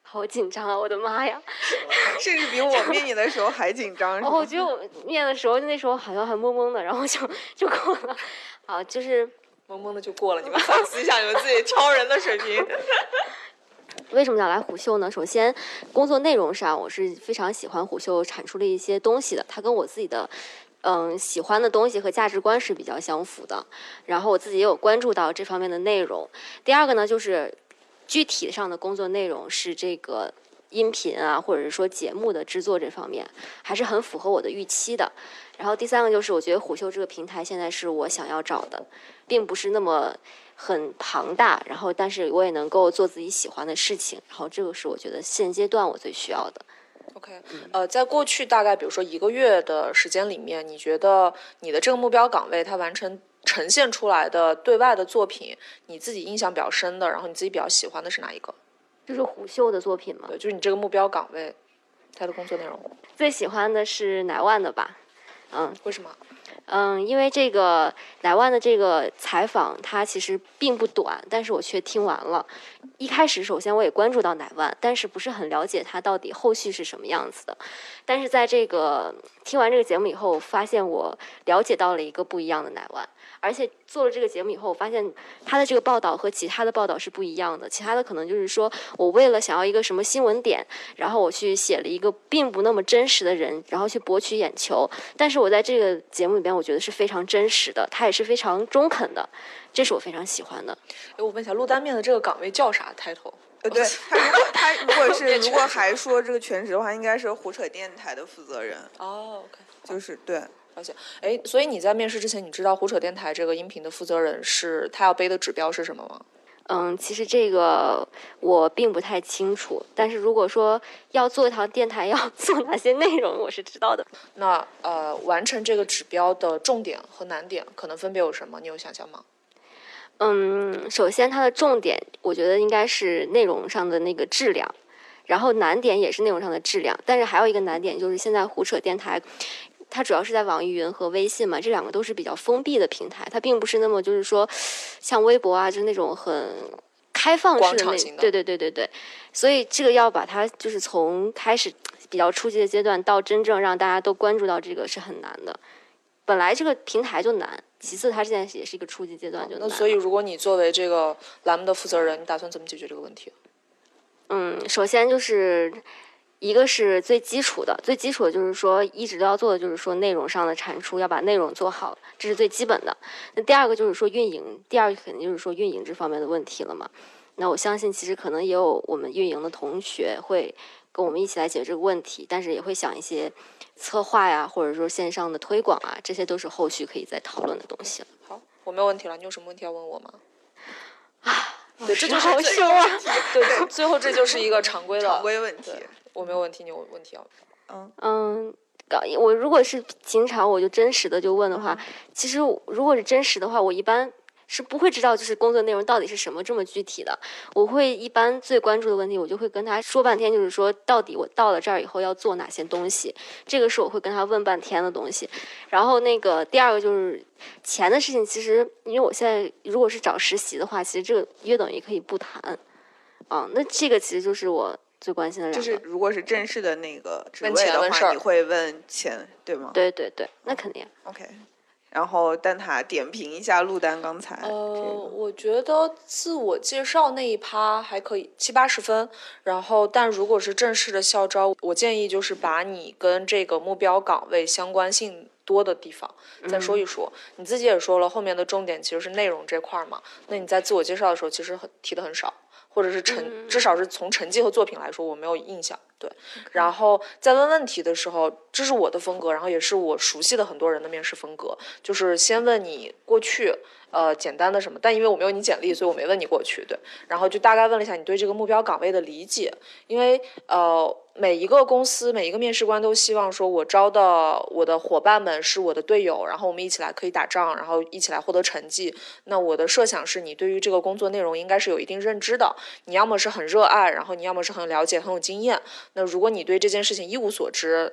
好紧张啊！我的妈呀！ 甚至比我面你的时候还紧张。 我觉得我面的时候，那时候好像还懵懵的，然后就过了。啊，就是懵懵的就过了。你们反思一下你们自己挑人的水平。 为什么想来虎嗅呢？首先，工作内容上我是非常喜欢虎嗅产出的一些东西的，它跟我自己的喜欢的东西和价值观是比较相符的。然后我自己也有关注到这方面的内容。第二个呢，就是具体上的工作内容是这个音频啊，或者是说节目的制作这方面，还是很符合我的预期的。然后第三个就是，我觉得虎嗅这个平台现在是我想要找的，并不是那么很庞大，然后但是我也能够做自己喜欢的事情，然后这个是我觉得现阶段我最需要的。 OK，在过去大概比如说1个月的时间里面，你觉得你的这个目标岗位它呈现出来的对外的作品，你自己印象比较深的，然后你自己比较喜欢的是哪一个？ 就是虎嗅的作品吗？ 对，就是你这个目标岗位，它的工作内容。 最喜欢的是乃万的吧？ 为什么？ 因为这个乃万的这个采访，它其实并不短，但是我却听完了。一开始，首先我也关注到乃万，但是不是很了解他到底后续是什么样子的。但是在这个听完这个节目以后，发现我了解到了一个不一样的乃万。而且做了这个节目以后，我发现他的这个报道和其他的报道是不一样的。其他的可能就是说我为了想要一个什么新闻点，然后我去写了一个并不那么真实的人，然后去博取眼球。但是我在这个节目里边，我觉得是非常真实的，他也是非常中肯的，这是我非常喜欢的。 我问一下，录单面的这个岗位叫啥 title？ 对，他如果还说这个全职的话，应该是胡扯电台的负责人。 哦 ，OK， 就是对。 了解。所以你在面试之前，你知道胡扯电台这个音频的负责人是他要背的指标是什么吗？ 其实这个我并不太清楚，但是如果说要做一条电台，要做哪些内容，我是知道的。 那完成这个指标的重点和难点可能分别有什么？你有想象吗？ 首先它的重点，我觉得应该是内容上的那个质量，然后难点也是内容上的质量，但是还有一个难点就是现在胡扯电台。它主要是在网易云和微信嘛，这两个都是比较封闭的平台，它并不是那么就是说像微博啊，就是那种很开放式的那种。对，所以这个要把它就是从开始比较初级的阶段到真正让大家都关注到这个是很难的。本来这个平台就难，其次它现在也是一个初级阶段就难。 那所以如果你作为这个栏目的负责人，你打算怎么解决这个问题？ 首先就是一个是最基础的就是说一直都要做的就是说内容上的产出，要把内容做好，这是最基本的。那第二个就是说运营，第二个肯定就是说运营这方面的问题了嘛。那我相信其实可能也有我们运营的同学会跟我们一起来解决这个问题，但是也会想一些策划呀，或者说线上的推广啊，这些都是后续可以再讨论的东西了。 好，我没有问题了，你有什么问题要问我吗？ 对， 这就是好凶啊！ 对，最后这就是一个常规问题。 我没有问题，你有问题要？ 我如果是平常我就真实的就问的话，其实如果是真实的话，我一般是不会知道就是工作内容到底是什么这么具体的。我会一般最关注的问题，我就会跟他说半天，就是说到底我到了这儿以后要做哪些东西，这个是我会跟他问半天的东西。然后那个第二个就是钱的事情，其实因为我现在如果是找实习的话，其实这个约等于可以不谈那这个其实就是我最关心的两个。 就是如果是正式的那个职位的话，你会问钱对吗？ 对，那肯定。 OK。然后蛋挞点评一下陆丹刚才。 我觉得自我介绍那一趴还可以70-80分，然后但如果是正式的校招，我建议就是把你跟这个目标岗位相关性多的地方再说一说。你自己也说了，后面的重点其实是内容这块嘛，那你在自我介绍的时候其实提的很少，或者是至少是从成绩和作品来说我没有印象。对，然后在问问题的时候，这是我的风格，然后也是我熟悉的很多人的面试风格，就是先问你过去简单的什么，但因为我没有你简历，所以我没问你过去。对，然后就大概问了一下你对这个目标岗位的理解，因为每一个公司每一个面试官都希望说我招的我的伙伴们是我的队友，然后我们一起来可以打仗，然后一起来获得成绩。那我的设想是你对于这个工作内容应该是有一定认知的，你要么是很热爱，然后你要么是很了解很有经验。那如果你对这件事情一无所知，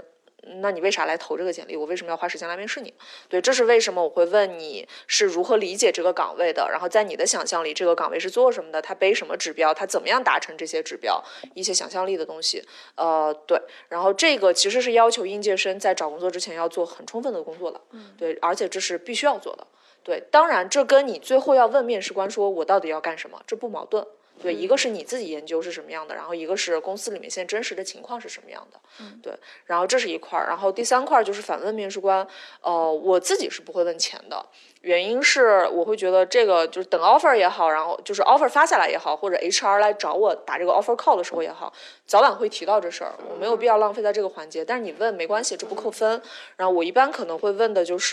那你为啥来投这个简历？我为什么要花时间来面试你？对，这是为什么我会问你是如何理解这个岗位的，然后在你的想象里这个岗位是做什么的，它背什么指标，它怎么样达成这些指标，一些想象力的东西。对，然后这个其实是要求应届生在找工作之前要做很充分的工作的，对，而且这是必须要做的。对，当然这跟你最后要问面试官说我到底要干什么，这不矛盾。对，一个是你自己研究是什么样的，然后一个是公司里面现在真实的情况是什么样的。对，然后这是一块儿，然后第三块就是反问面试官。我自己是不会问钱的，原因是我会觉得这个就是等 offer 也好，然后就是 offer 发下来也好，或者 HR 来找我打这个 offer call 的时候也好，早晚会提到这事儿，我没有必要浪费在这个环节。但是你问没关系，这不扣分。然后我一般可能会问的就是，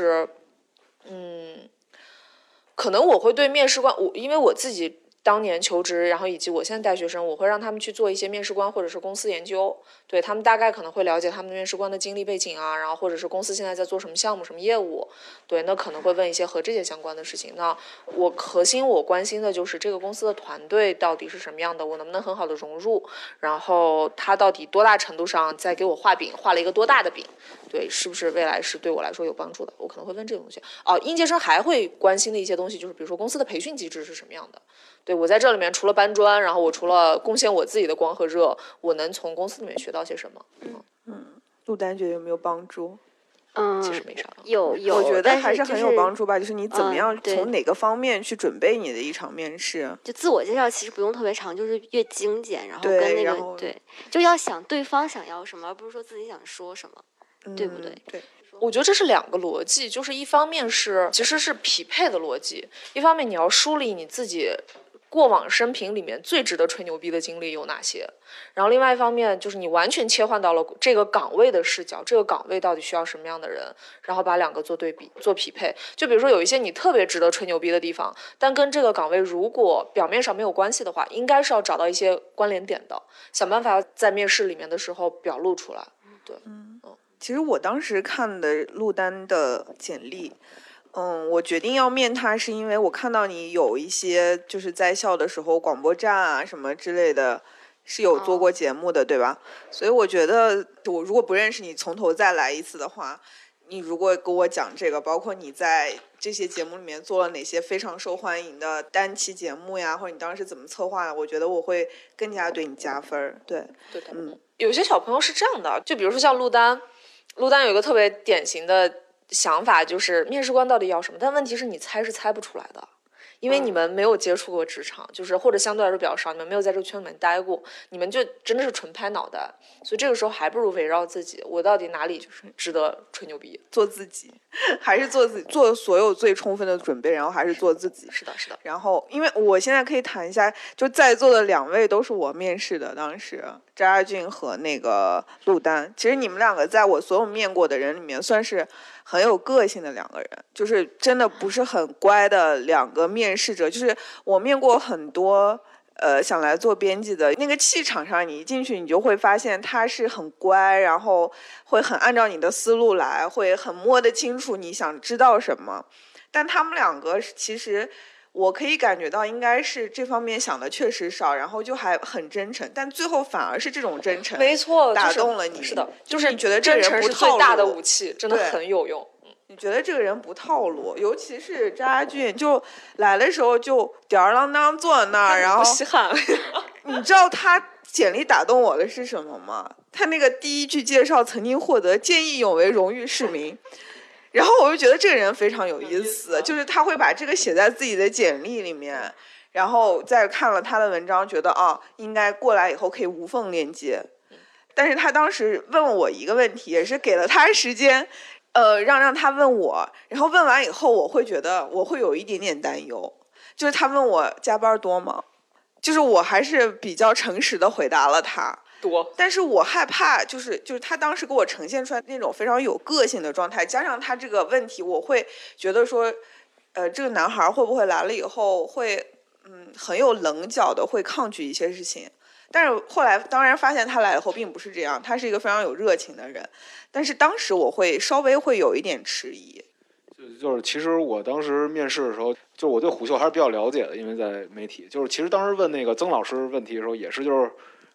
可能我会对面试官，因为我自己当年求职，然后以及我现在带学生，我会让他们去做一些面试官或者是公司研究，对，他们大概可能会了解他们的面试官的经历背景啊，然后或者是公司现在在做什么项目什么业务，对，那可能会问一些和这些相关的事情。那核心我关心的就是这个公司的团队到底是什么样的，我能不能很好的融入，然后他到底多大程度上在给我画饼，画了一个多大的饼，对，是不是未来是对我来说有帮助的，我可能会问这个东西。应届生还会关心的一些东西就是比如说公司的培训机制是什么样的，对，我在这里面除了搬砖，然后我除了贡献我自己的光和热，我能从公司里面学到些什么？ 陆丹觉得有没有帮助？ 其实没啥。 有， 我觉得还是很有帮助吧。就是你怎么样对从哪个方面去准备你的一场面试？ 就自我介绍其实不用特别长，就是越精简，然后对跟那然后个对，就要想对方想要什么，而不是说自己想说什么，对不对？ 对。 我觉得这是两个逻辑，就是一方面是其实是匹配的逻辑，一方面你要梳理你自己过往生平里面最值得吹牛逼的经历有哪些，然后另外一方面就是你完全切换到了这个岗位的视角，这个岗位到底需要什么样的人，然后把两个做对比做匹配。就比如说有一些你特别值得吹牛逼的地方，但跟这个岗位如果表面上没有关系的话，应该是要找到一些关联点的，想办法在面试里面的时候表露出来。对， 其实我当时看的陆丹的简历，我决定要面他是因为我看到你有一些就是在校的时候广播站啊什么之类的是有做过节目的，对吧？所以我觉得我如果不认识你从头再来一次的话，你如果跟我讲这个，包括你在这些节目里面做了哪些非常受欢迎的单期节目呀，或者你当时怎么策划的，我觉得我会更加对你加分。对， 对的，有些小朋友是这样的，就比如说像陆丹有一个特别典型的想法，就是面试官到底要什么，但问题是你猜是猜不出来的。因为你们没有接触过职场，就是或者相对来说比较少，你们没有在这个圈里面待过，你们就真的是纯拍脑袋，所以这个时候还不如围绕自己，我到底哪里就是值得吹牛逼， 做自己，还是做自己，做所有最充分的准备，然后还是做自己。 是的，是的。 然后，因为我现在可以谈一下，就在座的两位都是我面试的，当时张亚俊和那个陆丹，其实你们两个在我所有面过的人里面算是很有个性的两个人，就是真的不是很乖的两个面试者。就是我面过很多想来做编辑的，那个气场上你一进去你就会发现他是很乖，然后会很按照你的思路来，会很摸得清楚你想知道什么。但他们两个其实我可以感觉到应该是这方面想的确实少，然后就还很真诚，但最后反而是这种真诚没错打动了你。 是的， 就是你觉得这个人不是套路， 最大的武器，真的很有用。 你觉得这个人不套路，尤其是张亚俊，就来的时候就吊儿郎当坐在那儿，然后稀罕。 你知道他简历打动我的是什么吗？他那个第一句介绍曾经获得见义勇为荣誉市民。然后我就觉得这个人非常有意思，就是他会把这个写在自己的简历里面，然后再看了他的文章，觉得应该过来以后可以无缝链接。但是他当时问我一个问题，也是给了他时间，让他问我，然后问完以后，我会觉得我会有一点点担忧，就是他问我加班多吗？就是我还是比较诚实的回答了他。 多， 但是我害怕，就是他当时给我呈现出来那种非常有个性的状态，加上他这个问题，我会觉得说，这个男孩会不会来了以后会，很有棱角的，会抗拒一些事情。但是后来当然发现他来以后并不是这样，他是一个非常有热情的人。但是当时我会稍微会有一点迟疑。 就是其实我当时面试的时候，就我对虎嗅还是比较了解的，因为在媒体。就是其实当时问那个曾老师问题的时候，也是就是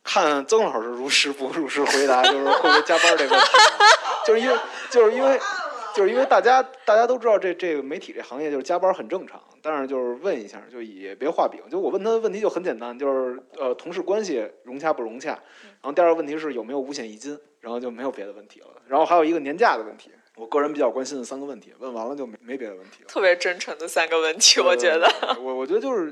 看曾老师如实不如实回答，就是会不会加班这问题，就是因为大家都知道这个媒体这行业就是加班很正常，但是就是问一下，就也别画饼。就我问他的问题就很简单，就是同事关系融洽不融洽，然后第二个问题是有没有五险一金，然后就没有别的问题了。然后还有一个年假的问题，我个人比较关心的3个问题，问完了就没别的问题了。 特别真诚的3个问题，我觉得。 我觉得就是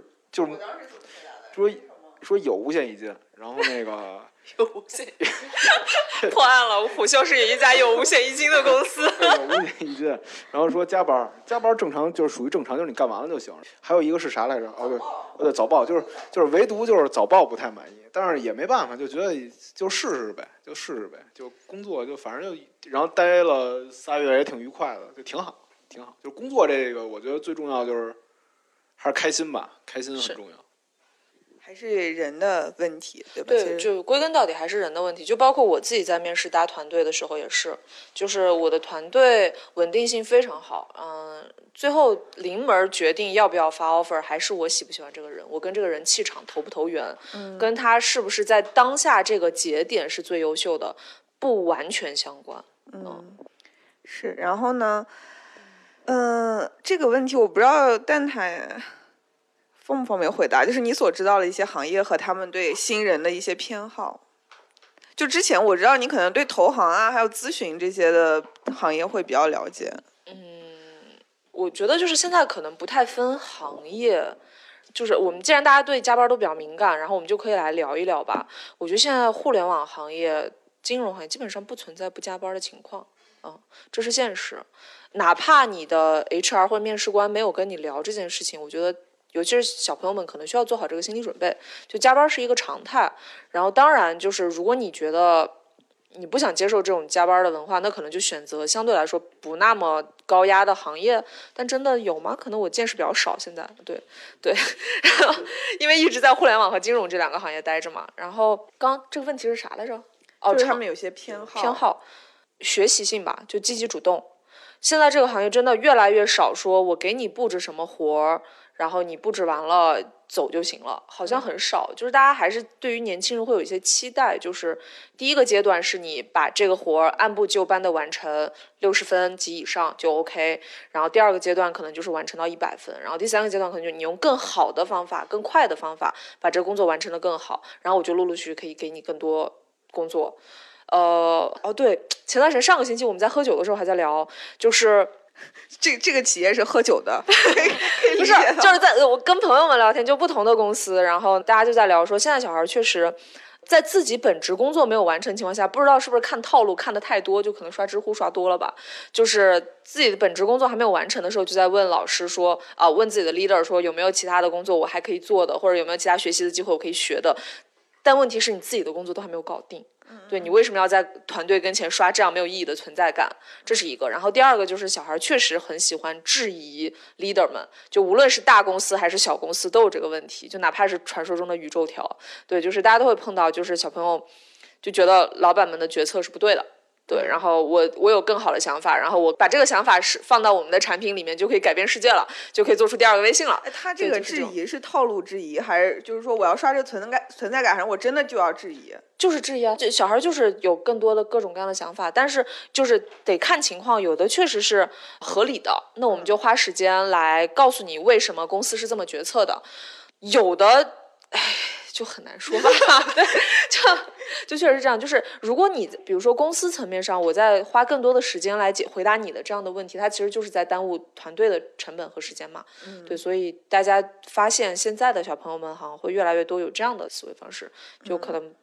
说有五险一金，然后那个有五险一金，破案了！虎嗅是一家有五险一金的公司。 有五险一金，然后说加班正常就是属于正常，就是你干完了就行了。还有一个是啥来着？对，早报就是唯独就是早报不太满意，但是也没办法，就觉得就试试呗，就工作就反正就然后待了3月也挺愉快的，就挺好。就工作这个，我觉得最重要就是还是开心吧，开心很重要。 还是人的问题，对吧？ 对，就归根到底还是人的问题。就包括我自己在面试搭团队的时候也是，就是我的团队稳定性非常好，最后临门决定要不要发 offer， 还是我喜不喜欢这个人，我跟这个人气场投不投缘，跟他是不是在当下这个节点是最优秀的，不完全相关。 是。然后呢，这个问题我不知道蛋挞方不方便回答，就是你所知道的一些行业和他们对新人的一些偏好。就之前我知道你可能对投行啊，还有咨询这些的行业会比较了解。 我觉得就是现在可能不太分行业，就是我们既然大家对加班都比较敏感，然后我们就可以来聊一聊吧。我觉得现在互联网行业、金融行业基本上不存在不加班的情况，这是现实。哪怕你的 HR 或面试官没有跟你聊这件事情，我觉得尤其是小朋友们可能需要做好这个心理准备，就加班是一个常态。然后当然就是如果你觉得你不想接受这种加班的文化，那可能就选择相对来说不那么高压的行业。但真的有吗？可能我见识比较少现在。对然后因为一直在互联网和金融这2个行业待着嘛。然后刚这个问题是啥来着？ 就是他们有些偏好学习性吧，就积极主动。现在这个行业真的越来越少说我给你布置什么活儿，然后你布置完了走就行了，好像很少。就是大家还是对于年轻人会有一些期待，就是第一个阶段是你把这个活按部就班的完成60分及以上就 OK， 然后第2个阶段可能就是完成到100分，然后第3个阶段可能就你用更好的方法、更快的方法把这个工作完成得更好，然后我就陆陆续续可以给你更多工作。对，前段时间上个星期我们在喝酒的时候还在聊，就是这个企业是喝酒的， 不是，就是在我跟朋友们聊天，就不同的公司，然后大家就在聊说，现在小孩确实在自己本职工作没有完成的情况下，不知道是不是看套路看得太多，就可能刷知乎刷多了吧，就是自己的本职工作还没有完成的时候，就在问老师说问自己的 leader 说有没有其他的工作我还可以做的，或者有没有其他学习的机会我可以学的，但问题是你自己的工作都还没有搞定。对，你为什么要在团队跟前刷这样没有意义的存在感？这是一个。然后第2个就是小孩确实很喜欢质疑 leader 们，就无论是大公司还是小公司都有这个问题，就哪怕是传说中的宇宙条，对，就是大家都会碰到，就是小朋友就觉得老板们的决策是不对的。对，然后我有更好的想法，然后我把这个想法是放到我们的产品里面，就可以改变世界了，就可以做出第2个微信了。 他这个质疑是套路质疑，还是就是说我要刷这个存在感上，我真的就要质疑？ 就是质疑啊，就小孩就是有更多的各种各样的想法，但是就是得看情况，有的确实是合理的，那我们就花时间来告诉你为什么公司是这么决策的，有的就很难说吧。对，就确实是这样，就是如果你比如说公司层面上我在花更多的时间来回答你的这样的问题，它其实就是在耽误团队的成本和时间嘛。对，所以大家发现现在的小朋友们好像会越来越多有这样的思维方式，就可能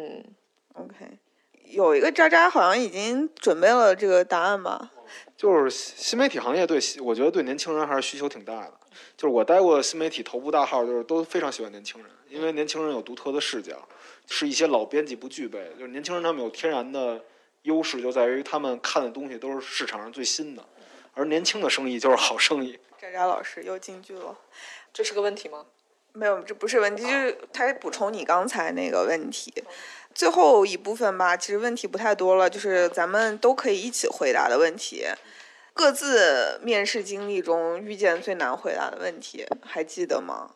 OK， 有一个渣渣好像已经准备了这个答案吧。 就是新媒体行业我觉得对年轻人还是需求挺大的。就是我待过新媒体头部大号，就是都非常喜欢年轻人，因为年轻人有独特的视角，是一些老编辑不具备。就是年轻人他们有天然的优势，就在于他们看的东西都是市场上最新的，而年轻的生意就是好生意。 渣渣老师又金句了， 这是个问题吗？ 没有，这不是问题，就是他补充你刚才那个问题。最后一部分吧，其实问题不太多了，就是咱们都可以一起回答的问题。各自面试经历中遇见最难回答的问题，还记得吗？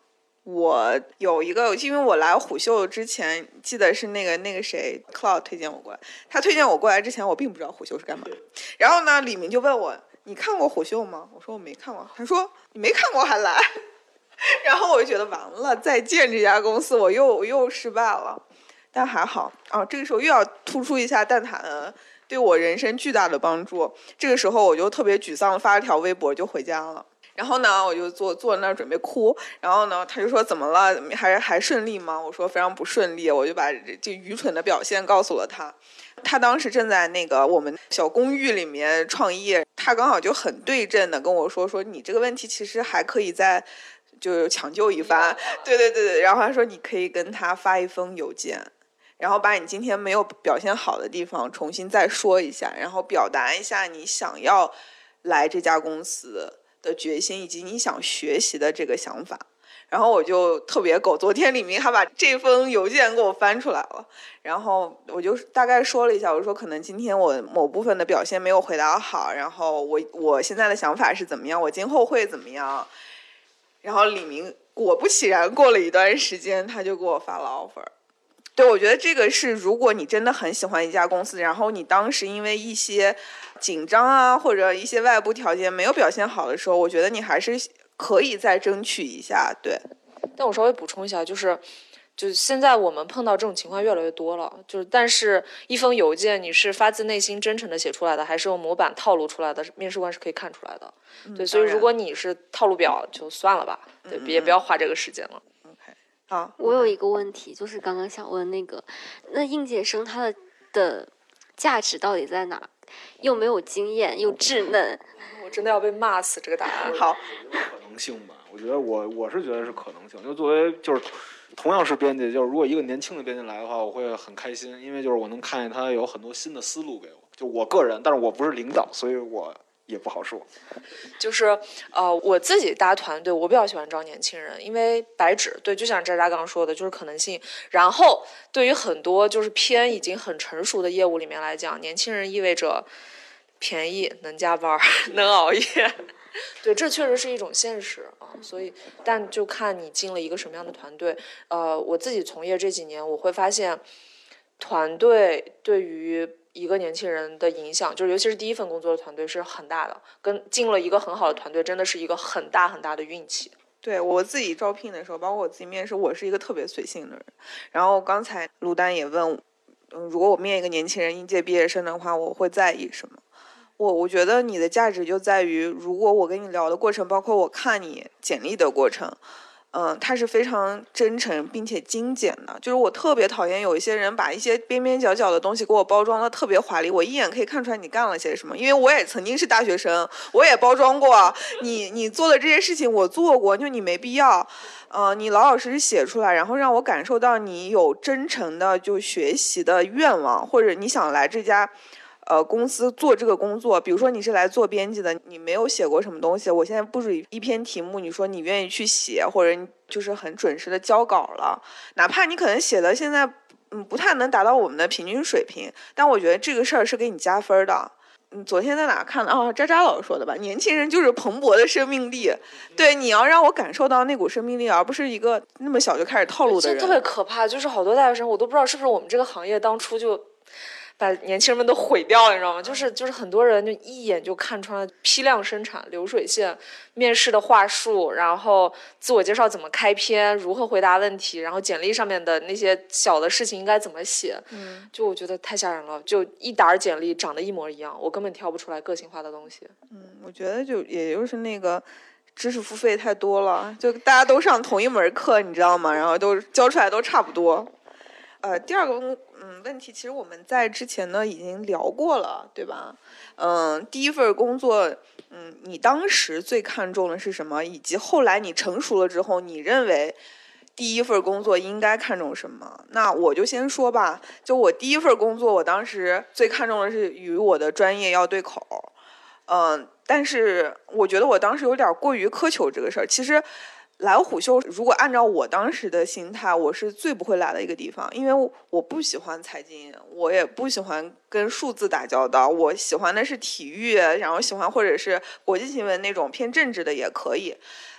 我有一个，因为我来虎嗅之前，记得是那个谁 Cloud 推荐我过来。他推荐我过来之前，我并不知道虎嗅是干嘛。然后呢，李明就问我：“你看过虎嗅吗？”我说：“我没看过。”他说：“你没看过还来？”然后我就觉得完了，再见这家公司，我又失败了。但还好啊，这个时候又要突出一下蛋挞对我人生巨大的帮助。这个时候我就特别沮丧，发了条微博就回家了。然后呢，我就坐那儿准备哭。然后呢，他就说怎么了？还顺利吗？我说非常不顺利。我就把这愚蠢的表现告诉了他。他当时正在那个我们小公寓里面创业，他刚好就很对症的跟我说你这个问题其实还可以再就抢救一番。对。然后他说你可以跟他发一封邮件。然后把你今天没有表现好的地方重新再说一下，然后表达一下你想要来这家公司的决心以及你想学习的这个想法。然后我就特别狗，昨天李明还把这封邮件给我翻出来了。然后我就大概说了一下，我说可能今天我某部分的表现没有回答好，然后我现在的想法是怎么样，我今后会怎么样。然后李明果不其然过了一段时间他就给我发了 offer。对，我觉得这个是如果你真的很喜欢一家公司，然后你当时因为一些紧张啊或者一些外部条件没有表现好的时候，我觉得你还是可以再争取一下。对， 但我稍微补充一下，就是现在我们碰到这种情况越来越多了，但是一封邮件你是发自内心真诚的写出来的，还是用模板套路出来的，面试官是可以看出来的。对，所以如果你是套路表就算了吧，对，也不要花这个时间了。 好， 我有一个问题，就是刚刚想问那应届生他的价值到底在哪？又没有经验，又稚嫩。 我真的要被骂死这个答案。 好， 可能性吧，我觉得我是觉得是可能性。就作为就是同样是编辑，就是如果一个年轻的编辑来的话，我会很开心，因为就是我能看见他有很多新的思路给我。就我个人，但是我不是领导，所以我也不好说。 就是我自己搭团队，我比较喜欢招年轻人，因为白纸，对，就像渣渣刚刚说的，就是可能性。然后对于很多就是偏已经很成熟的业务里面来讲，年轻人意味着便宜、能加班、能熬夜。对，这确实是一种现实啊。所以，但就看你进了一个什么样的团队。我自己从业这几年，我会发现团队对于一个年轻人的影响，就是尤其是第一份工作的团队是很大的，跟进了一个很好的团队真的是一个很大很大的运气。 对，我自己招聘的时候，包括我自己面试，我是一个特别随性的人。然后刚才卢丹也问，如果我面一个年轻人应届毕业生的话，我会在意什么？我觉得你的价值就在于，如果我跟你聊的过程，包括我看你简历的过程，它是非常真诚并且精简的。就是我特别讨厌有一些人把一些边边角角的东西给我包装的特别华丽，我一眼可以看出来你干了些什么。因为我也曾经是大学生，我也包装过你做的这些事情我做过，就你没必要。你老老实实写出来，然后让我感受到你有真诚的就学习的愿望，或者你想来这家公司做这个工作。比如说你是来做编辑的，你没有写过什么东西，我现在布置一篇题目，你说你愿意去写，或者你就是很准时的交稿了，哪怕你可能写的现在不太能达到我们的平均水平，但我觉得这个事儿是给你加分的。昨天在哪看的？渣渣老师说的吧，年轻人就是蓬勃的生命力。对，你要让我感受到那股生命力，而不是一个那么小就开始套路的人。 特别可怕，就是好多大学生，我都不知道是不是我们这个行业当初就把年轻人们都毁掉了，你知道吗？就是很多人就一眼就看穿了批量生产、流水线、面试的话术，然后自我介绍怎么开篇，如何回答问题，然后简历上面的那些小的事情应该怎么写。就我觉得太吓人了，就一沓简历长得一模一样，我根本挑不出来个性化的东西。 我觉得也就是那个知识付费太多了，就大家都上同一门课，你知道吗？然后都教出来都差不多。第二个问题，其实我们在之前呢已经聊过了，对吧？第一份工作，你当时最看重的是什么？以及后来你成熟了之后，你认为第一份工作应该看重什么？那我就先说吧。就我第一份工作，我当时最看重的是与我的专业要对口。但是我觉得我当时有点过于苛求这个事儿。其实来虎嗅，如果按照我当时的心态，我是最不会来的一个地方，因为我不喜欢财经，我也不喜欢跟数字打交道，我喜欢的是体育，然后喜欢或者是国际新闻那种偏政治的也可以。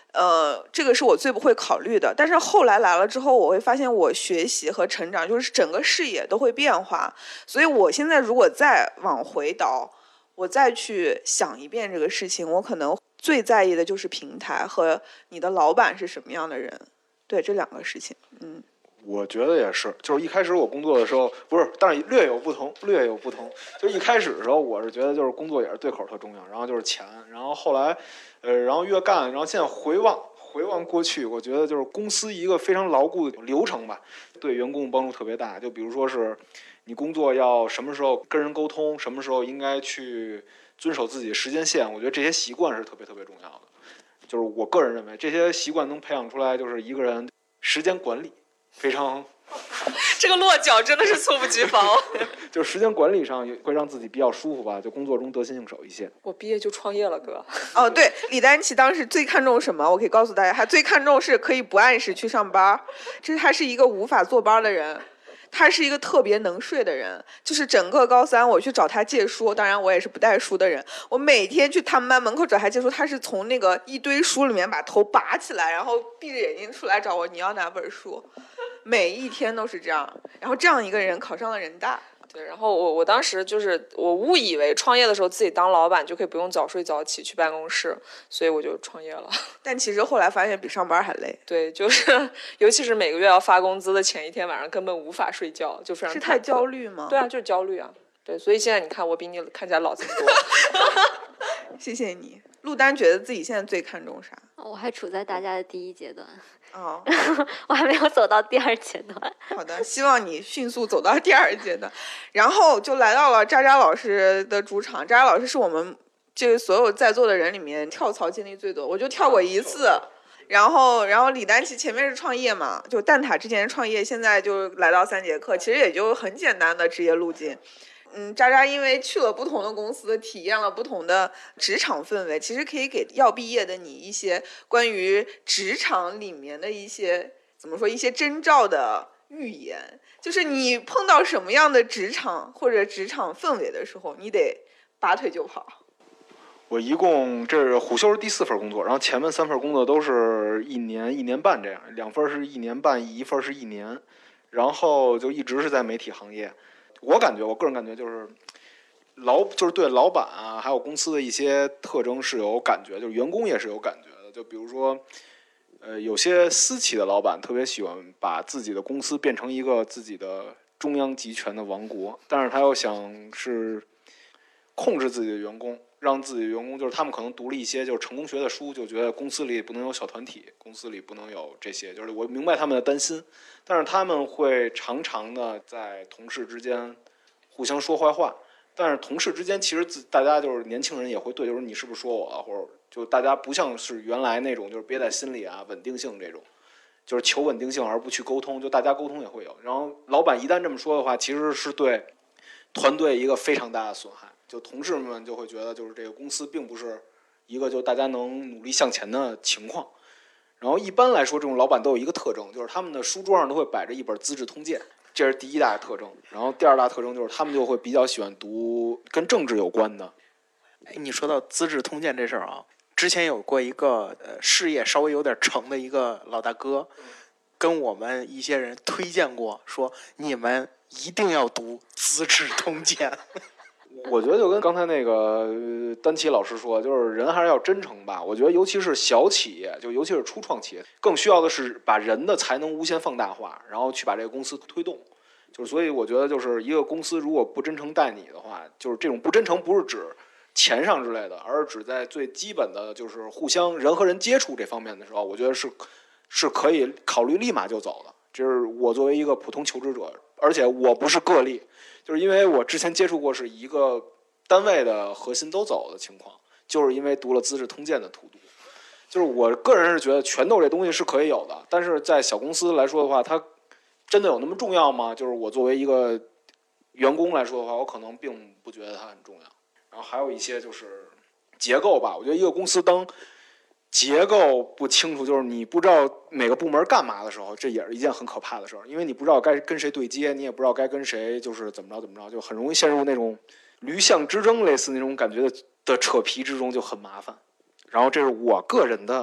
这个是我最不会考虑的。但是后来来了之后，我会发现我学习和成长，就是整个视野都会变化。所以我现在如果再往回倒，我再去想一遍这个事情，我可能最在意的就是平台和你的老板是什么样的人。对，这两个事情。 我觉得也是，就是一开始我工作的时候，不是，但是略有不同。就一开始的时候，我是觉得就是工作也是对口特重要，然后就是钱，然后后来，然后越干，然后现在回望过去，我觉得就是公司一个非常牢固的流程吧，对员工帮助特别大。就比如说是你工作要什么时候跟人沟通，什么时候应该去遵守自己的时间线，我觉得这些习惯是特别特别重要的。就是我个人认为，这些习惯能培养出来，就是一个人时间管理非常。 这个落脚真的是猝不及防。 就是时间管理上会让自己比较舒服吧，就工作中得心应手一些。 我毕业就创业了，哥。 哦，对，李丹琪当时最看重什么？我可以告诉大家，他最看重是可以不按时去上班，他是一个无法坐班的人。他是一个特别能睡的人，就是整个高三我去找他借书，当然我也是不带书的人，我每天去他们班门口找他借书，他是从那个一堆书里面把头拔起来，然后闭着眼睛出来找我，你要哪本书，每一天都是这样。然后这样一个人考上了人大。 对，然后我当时就是我误以为创业的时候自己当老板就可以不用早睡早起去办公室，所以我就创业了。 但其实后来发现比上班还累。 对，就是尤其是每个月要发工资的前一天晚上根本无法睡觉，就非常是太焦虑吗？ 对啊，就是焦虑啊。对，所以现在你看我比你看起来老这么多。 谢谢你。陆丹觉得自己现在最看重啥？ 我还处在大家的第一阶段。 哦， 我还没有走到第二阶段。 好的，希望你迅速走到第二阶段。然后就来到了渣渣老师的主场。渣渣老师是我们这所有在座的人里面跳槽经历最多，我就跳过一次。然后李丹琪前面是创业嘛，就蛋挞之前是创业，现在就来到3节课，其实也就很简单的职业路径。渣渣因为去了不同的公司，体验了不同的职场氛围，其实可以给要毕业的你一些关于职场里面的一些怎么说一些征兆的预言，就是你碰到什么样的职场或者职场氛围的时候，你得拔腿就跑。 我一共这是虎嗅是第4份工作，然后前面3份工作都是1年1年半这样，2份是1年半，1份是1年，然后就一直是在媒体行业。我个人感觉就是就是对老板啊，还有公司的一些特征是有感觉，就是员工也是有感觉的。就比如说，有些私企的老板特别喜欢把自己的公司变成一个自己的中央集权的王国，但是他又想是控制自己的员工，让自己的员工就是他们可能读了一些就是成功学的书，就觉得公司里不能有小团体，公司里不能有这些，就是我明白他们的担心，但是他们会常常的在同事之间互相说坏话。但是同事之间其实大家就是年轻人也会对，就是你是不是说我啊，或者就大家不像是原来那种就是憋在心里啊，稳定性这种，就是求稳定性而不去沟通，就大家沟通也会有。然后老板一旦这么说的话，其实是对团队一个非常大的损害。就同事们就会觉得，就是这个公司并不是一个就大家能努力向前的情况。然后一般来说，这种老板都有一个特征，就是他们的书桌上都会摆着一本《资治通鉴》，这是第一大特征。然后第二大特征就是他们就会比较喜欢读跟政治有关的。 你说到《资治通鉴》这事儿啊，之前有过一个事业稍微有点成的一个老大哥，跟我们一些人推荐过，说你们一定要读《资治通鉴》。 我觉得就跟刚才那个丹琪老师说，就是人还是要真诚吧。我觉得尤其是小企业，就尤其是初创企业，更需要的是把人的才能无限放大化，然后去把这个公司推动。就是所以我觉得，就是一个公司如果不真诚待你的话，就是这种不真诚不是指钱上之类的，而是指在最基本的就是互相人和人接触这方面的时候，我觉得是可以考虑立马就走的。这是我作为一个普通求职者，而且我不是个例。就是因为我之前接触过是一个单位的核心都走的情况，就是因为读了《资治通鉴》的荼毒。就是我个人是觉得拳头这东西是可以有的，但是在小公司来说的话，它真的有那么重要吗？就是我作为一个员工来说的话，我可能并不觉得它很重要。然后还有一些就是结构吧，我觉得一个公司当结构不清楚，就是你不知道每个部门干嘛的时候，这也是一件很可怕的事儿。因为你不知道该跟谁对接，你也不知道该跟谁就是怎么着，就很容易陷入那种驴象之争类似那种感觉的扯皮之中，就很麻烦。然后这是我个人的感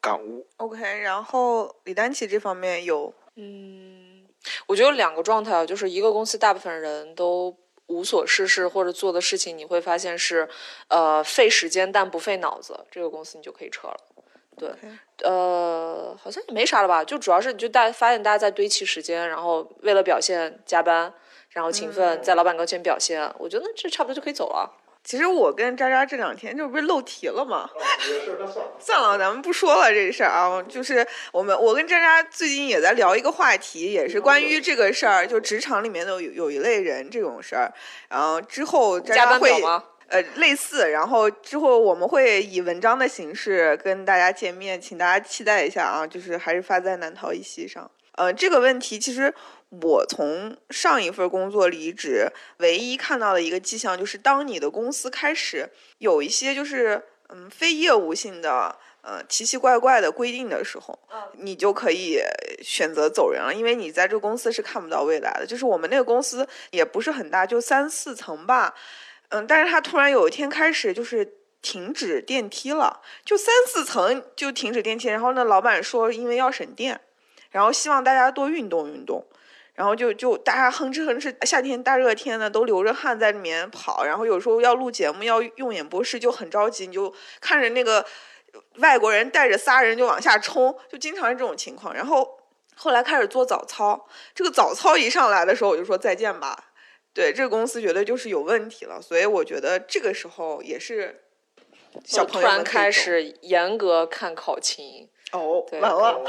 感悟。 OK， 然后李丹琪这方面有， 我觉得有2个状态，就是一个公司大部分人都无所事事，或者做的事情你会发现是费时间但不费脑子，这个公司你就可以撤了。对 好像也没啥了吧，就主要是就发现大家在堆砌时间，然后为了表现加班，然后勤奋，在老板跟前表现，我觉得这差不多就可以走了。 其实我跟渣渣这2天就不是漏题了吗？算了，咱们不说了这事儿啊。就是我跟渣渣最近也在聊一个话题，也是关于这个事儿，就职场里面的有一类人这种事儿。然后之后渣渣会加班表吗？ 类似，然后之后我们会以文章的形式跟大家见面，请大家期待一下啊，就是还是发在南逃一席上。这个问题其实我从上一份工作离职，唯一看到的一个迹象就是，当你的公司开始有一些就是非业务性的奇奇怪怪的规定的时候，你就可以选择走人了，因为你在这个公司是看不到未来的。就是我们那个公司也不是很大，就3、4层吧。但是他突然有一天开始就是停止电梯了，就3、4层就停止电梯。然后呢，老板说因为要省电，然后希望大家多运动运动。然后就大家哼哧哼哧，夏天大热天的都流着汗在里面跑。然后有时候要录节目要用演播室就很着急，你就看着那个外国人带着仨人就往下冲，就经常是这种情况。然后后来开始做早操，这个早操一上来的时候我就说再见吧。对，这个公司觉得就是有问题了，所以我觉得这个时候也是小朋友们突然开始严格看考勤。 完了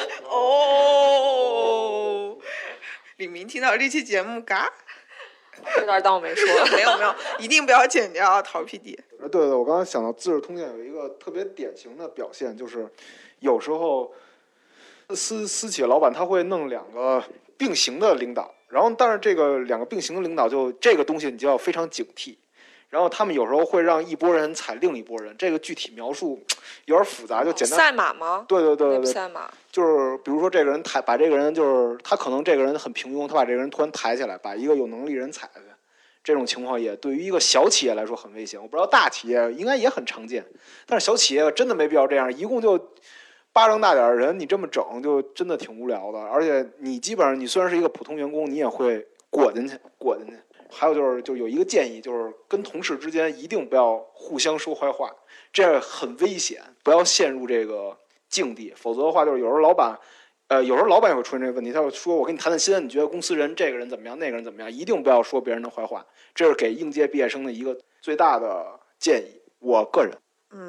李明听到这期节目嘎， 这段当我没说。 没有，一定不要剪掉啊，陶 PD。 对，我刚才想到《资治通鉴》有一个特别典型的表现，就是有时候私企老板他会弄2个并行的领导，然后但是这个2个并行的领导就这个东西你就要非常警惕，然后他们有时候会让一拨人踩另一拨人，这个具体描述有点复杂，就简单。 赛马吗？ 对， 赛马就是比如说这个人把这个人，就是他可能这个人很平庸，他把这个人突然抬起来，把一个有能力人踩下去，这种情况也对于一个小企业来说很危险。我不知道大企业应该也很常见，但是小企业真的没必要这样，一共就巴掌大点的人，你这么整就真的挺无聊的。而且你基本上你虽然是一个普通员工，你也会裹进去。还有就有一个建议，就是跟同事之间一定不要互相说坏话，这样很危险，不要陷入这个境地，否则的话就是有时候老板也会出现这个问题，他会说我跟你谈谈心，你觉得公司人这个人怎么样，那个人怎么样，一定不要说别人的坏话，这是给应届毕业生的一个最大的建议，我个人。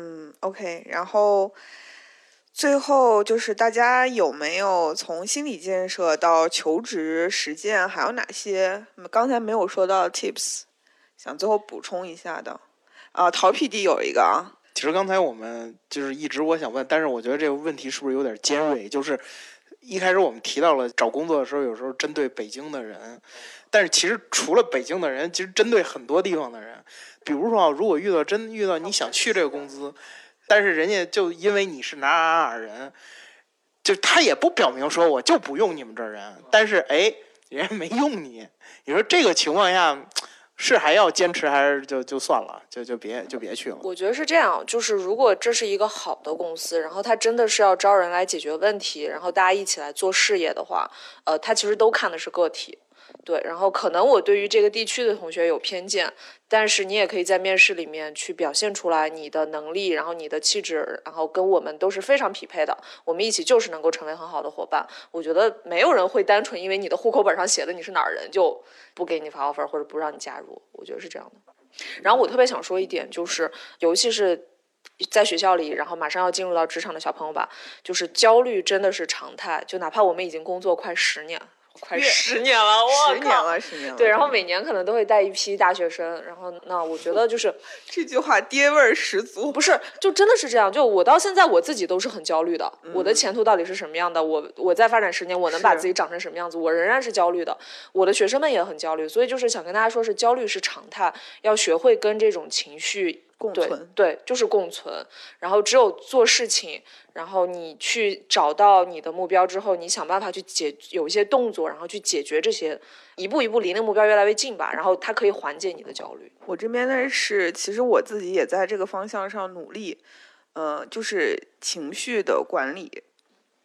OK， 然后最后就是大家有没有从心理建设到求职实践还有哪些刚才没有说到的 tips 想最后补充一下的陶 PD 有一个啊。 其实刚才我们就是一直我想问，但是我觉得这个问题是不是有点尖锐，就是一开始我们提到了找工作的时候有时候针对北京的人，但是其实除了北京的人，其实针对很多地方的人。比如说如果遇到你想去这个公司，但是人家就因为你是哪人，就他也不表明说我就不用你们这人，但是人家没用你说这个情况下是还要坚持还是就算了，就别去了。 我觉得是这样，就是如果这是一个好的公司，然后他真的是要招人来解决问题，然后大家一起来做事业的话，他其实都看的是个体。对，然后可能我对于这个地区的同学有偏见，但是你也可以在面试里面去表现出来你的能力，然后你的气质，然后跟我们都是非常匹配的，我们一起就是能够成为很好的伙伴。我觉得没有人会单纯因为你的户口本上写的你是哪儿人就不给你发 offer 或者不让你加入，我觉得是这样的。然后我特别想说一点，就是尤其是在学校里，然后马上要进入到职场的小朋友吧，就是焦虑真的是常态，就哪怕我们已经工作快10年了，我靠 10年了。 对，然后每年可能都会带一批大学生，然后那我觉得就是这句话爹味儿十足。 不是，就真的是这样。就我到现在我自己都是很焦虑的，我的前途到底是什么样的？我再发展10年，我能把自己长成什么样子？我仍然是焦虑的。我的学生们也很焦虑，所以就是想跟大家说，是焦虑是常态，要学会跟这种情绪共存。 对，就是共存。然后只有做事情，然后你去找到你的目标之后，你想办法去有一些动作，然后去解决这些，一步一步离那个目标越来越近吧。然后它可以缓解你的焦虑。 我这边的是，其实我自己也在这个方向上努力，就是情绪的管理。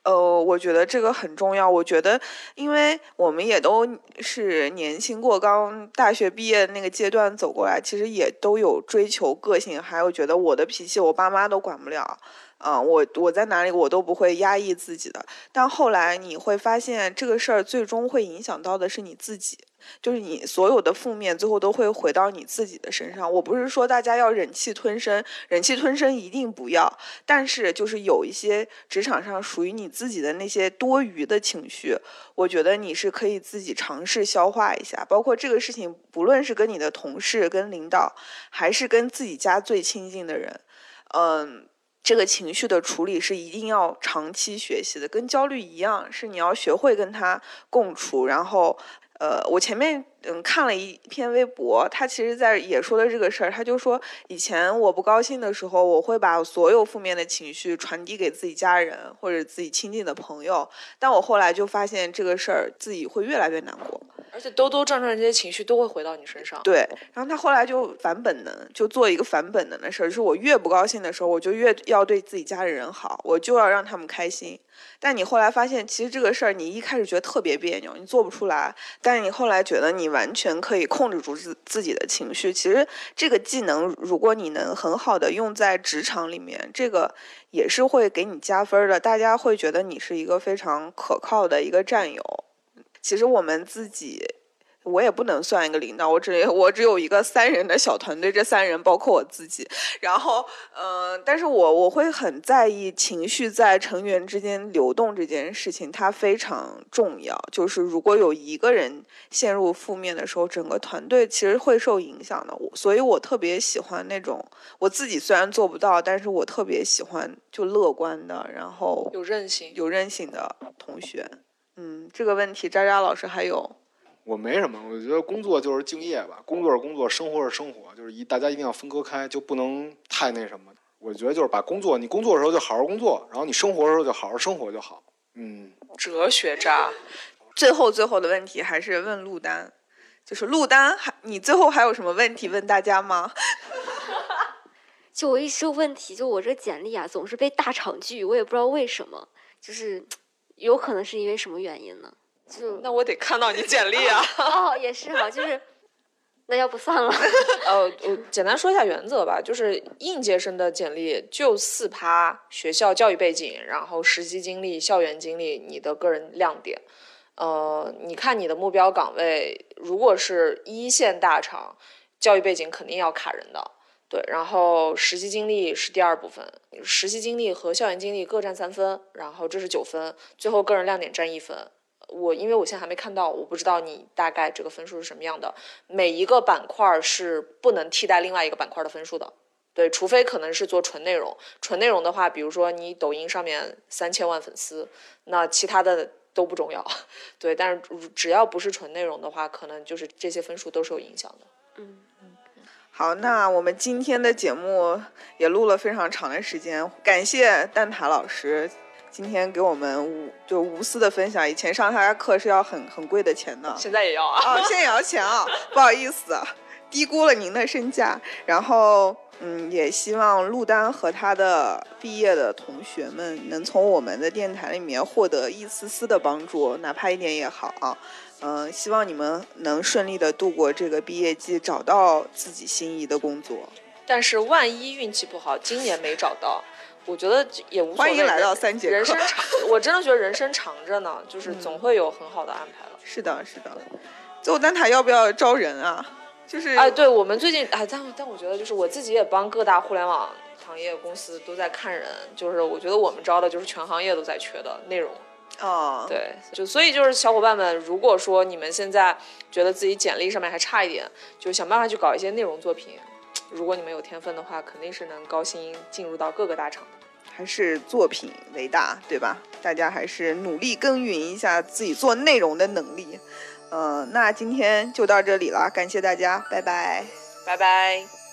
我觉得这个很重要。我觉得，因为我们也都是年轻过，刚大学毕业那个阶段走过来，其实也都有追求个性，还有觉得我的脾气我爸妈都管不了。我在哪里我都不会压抑自己的。但后来你会发现，这个事儿最终会影响到的是你自己。就是你所有的负面最后都会回到你自己的身上。我不是说大家要忍气吞声，忍气吞声一定不要，但是就是有一些职场上属于你自己的那些多余的情绪，我觉得你是可以自己尝试消化一下。包括这个事情，不论是跟你的同事、跟领导，还是跟自己家最亲近的人，这个情绪的处理是一定要长期学习的，跟焦虑一样，是你要学会跟它共处。然后我前面看了一篇微博，他其实也说的这个事儿。他就说，以前我不高兴的时候，我会把所有负面的情绪传递给自己家人或者自己亲近的朋友，但我后来就发现这个事儿自己会越来越难过， 而且兜兜转转这些情绪都会回到你身上。 对，然后他后来就反本能，就做一个反本能的事儿，就是我越不高兴的时候，我就越要对自己家里人好，我就要让他们开心。但你后来发现，其实这个事儿你一开始觉得特别别扭，你做不出来，但是你后来觉得你完全可以控制住自己的情绪。其实这个技能，如果你能很好的用在职场里面，这个也是会给你加分的。大家会觉得你是一个非常可靠的一个战友。其实我们自己，我也不能算一个领导，我只有一个3人的小团队，这3人包括我自己。然后但是我会很在意情绪在成员之间流动这件事情，它非常重要。就是如果有一个人陷入负面的时候，整个团队其实会受影响的。所以我特别喜欢那种，我自己虽然做不到，但是我特别喜欢就乐观的，然后有韧性的同学。这个问题渣渣老师还有？ 我没什么，我觉得工作就是敬业吧，工作是工作，生活是生活，就是大家一定要分割开，就不能太那什么。我觉得就是把你工作的时候就好好工作，然后你生活的时候就好好生活就好。 哲学渣。 最后的问题还是问陆丹，就是陆丹，你最后还有什么问题问大家吗？ 就我一直有问题，就我这个简历啊，总是被大厂拒，我也不知道为什么，就是有可能是因为什么原因呢？ 那我得看到你简历啊。 哦，也是哈，就是那要不算了。 我简单说一下原则吧，就是应届生的简历就4%学校教育背景，然后实习经历、校园经历，你的个人亮点。你看你的目标岗位，如果是1线大厂，教育背景肯定要卡人的。对，然后实习经历是第2部分，实习经历和校园经历各占3分，然后这是9分，最后个人亮点占1分。因为我现在还没看到，我不知道你大概这个分数是什么样的。每一个板块是不能替代另外一个板块的分数的，对，除非可能是做纯内容。纯内容的话，比如说你抖音上面3000万粉丝，那其他的都不重要。对，但是只要不是纯内容的话，可能就是这些分数都是有影响的。 好，那我们今天的节目也录了非常长的时间，感谢蛋挞老师今天给我们就无私的分享。以前上他的课是要很贵的钱的， 现在也要啊。 现在也要钱啊，不好意思，低估了您的身价。然后也希望陆丹和他的毕业的同学们能从我们的电台里面获得一丝丝的帮助，哪怕一点也好啊。希望你们能顺利的度过这个毕业季，找到自己心仪的工作。 但是万一运气不好，今年没找到，我觉得也无所谓。 欢迎来到3节课。 人生长，我真的觉得人生长着呢，就是总会有很好的安排了。 是的，是的。最后蛋挞要不要招人啊？就是对，我们最近但我觉得就是我自己也帮各大互联网行业公司都在看人，就是我觉得我们招的就是全行业都在缺的内容。对，所以就是小伙伴们，如果说你们现在觉得自己简历上面还差一点，就想办法去搞一些内容作品。如果你们有天分的话，肯定是能高薪进入到各个大厂的。 还是作品为大，对吧？大家还是努力耕耘一下自己做内容的能力。那今天就到这里了，感谢大家，拜拜， 拜拜。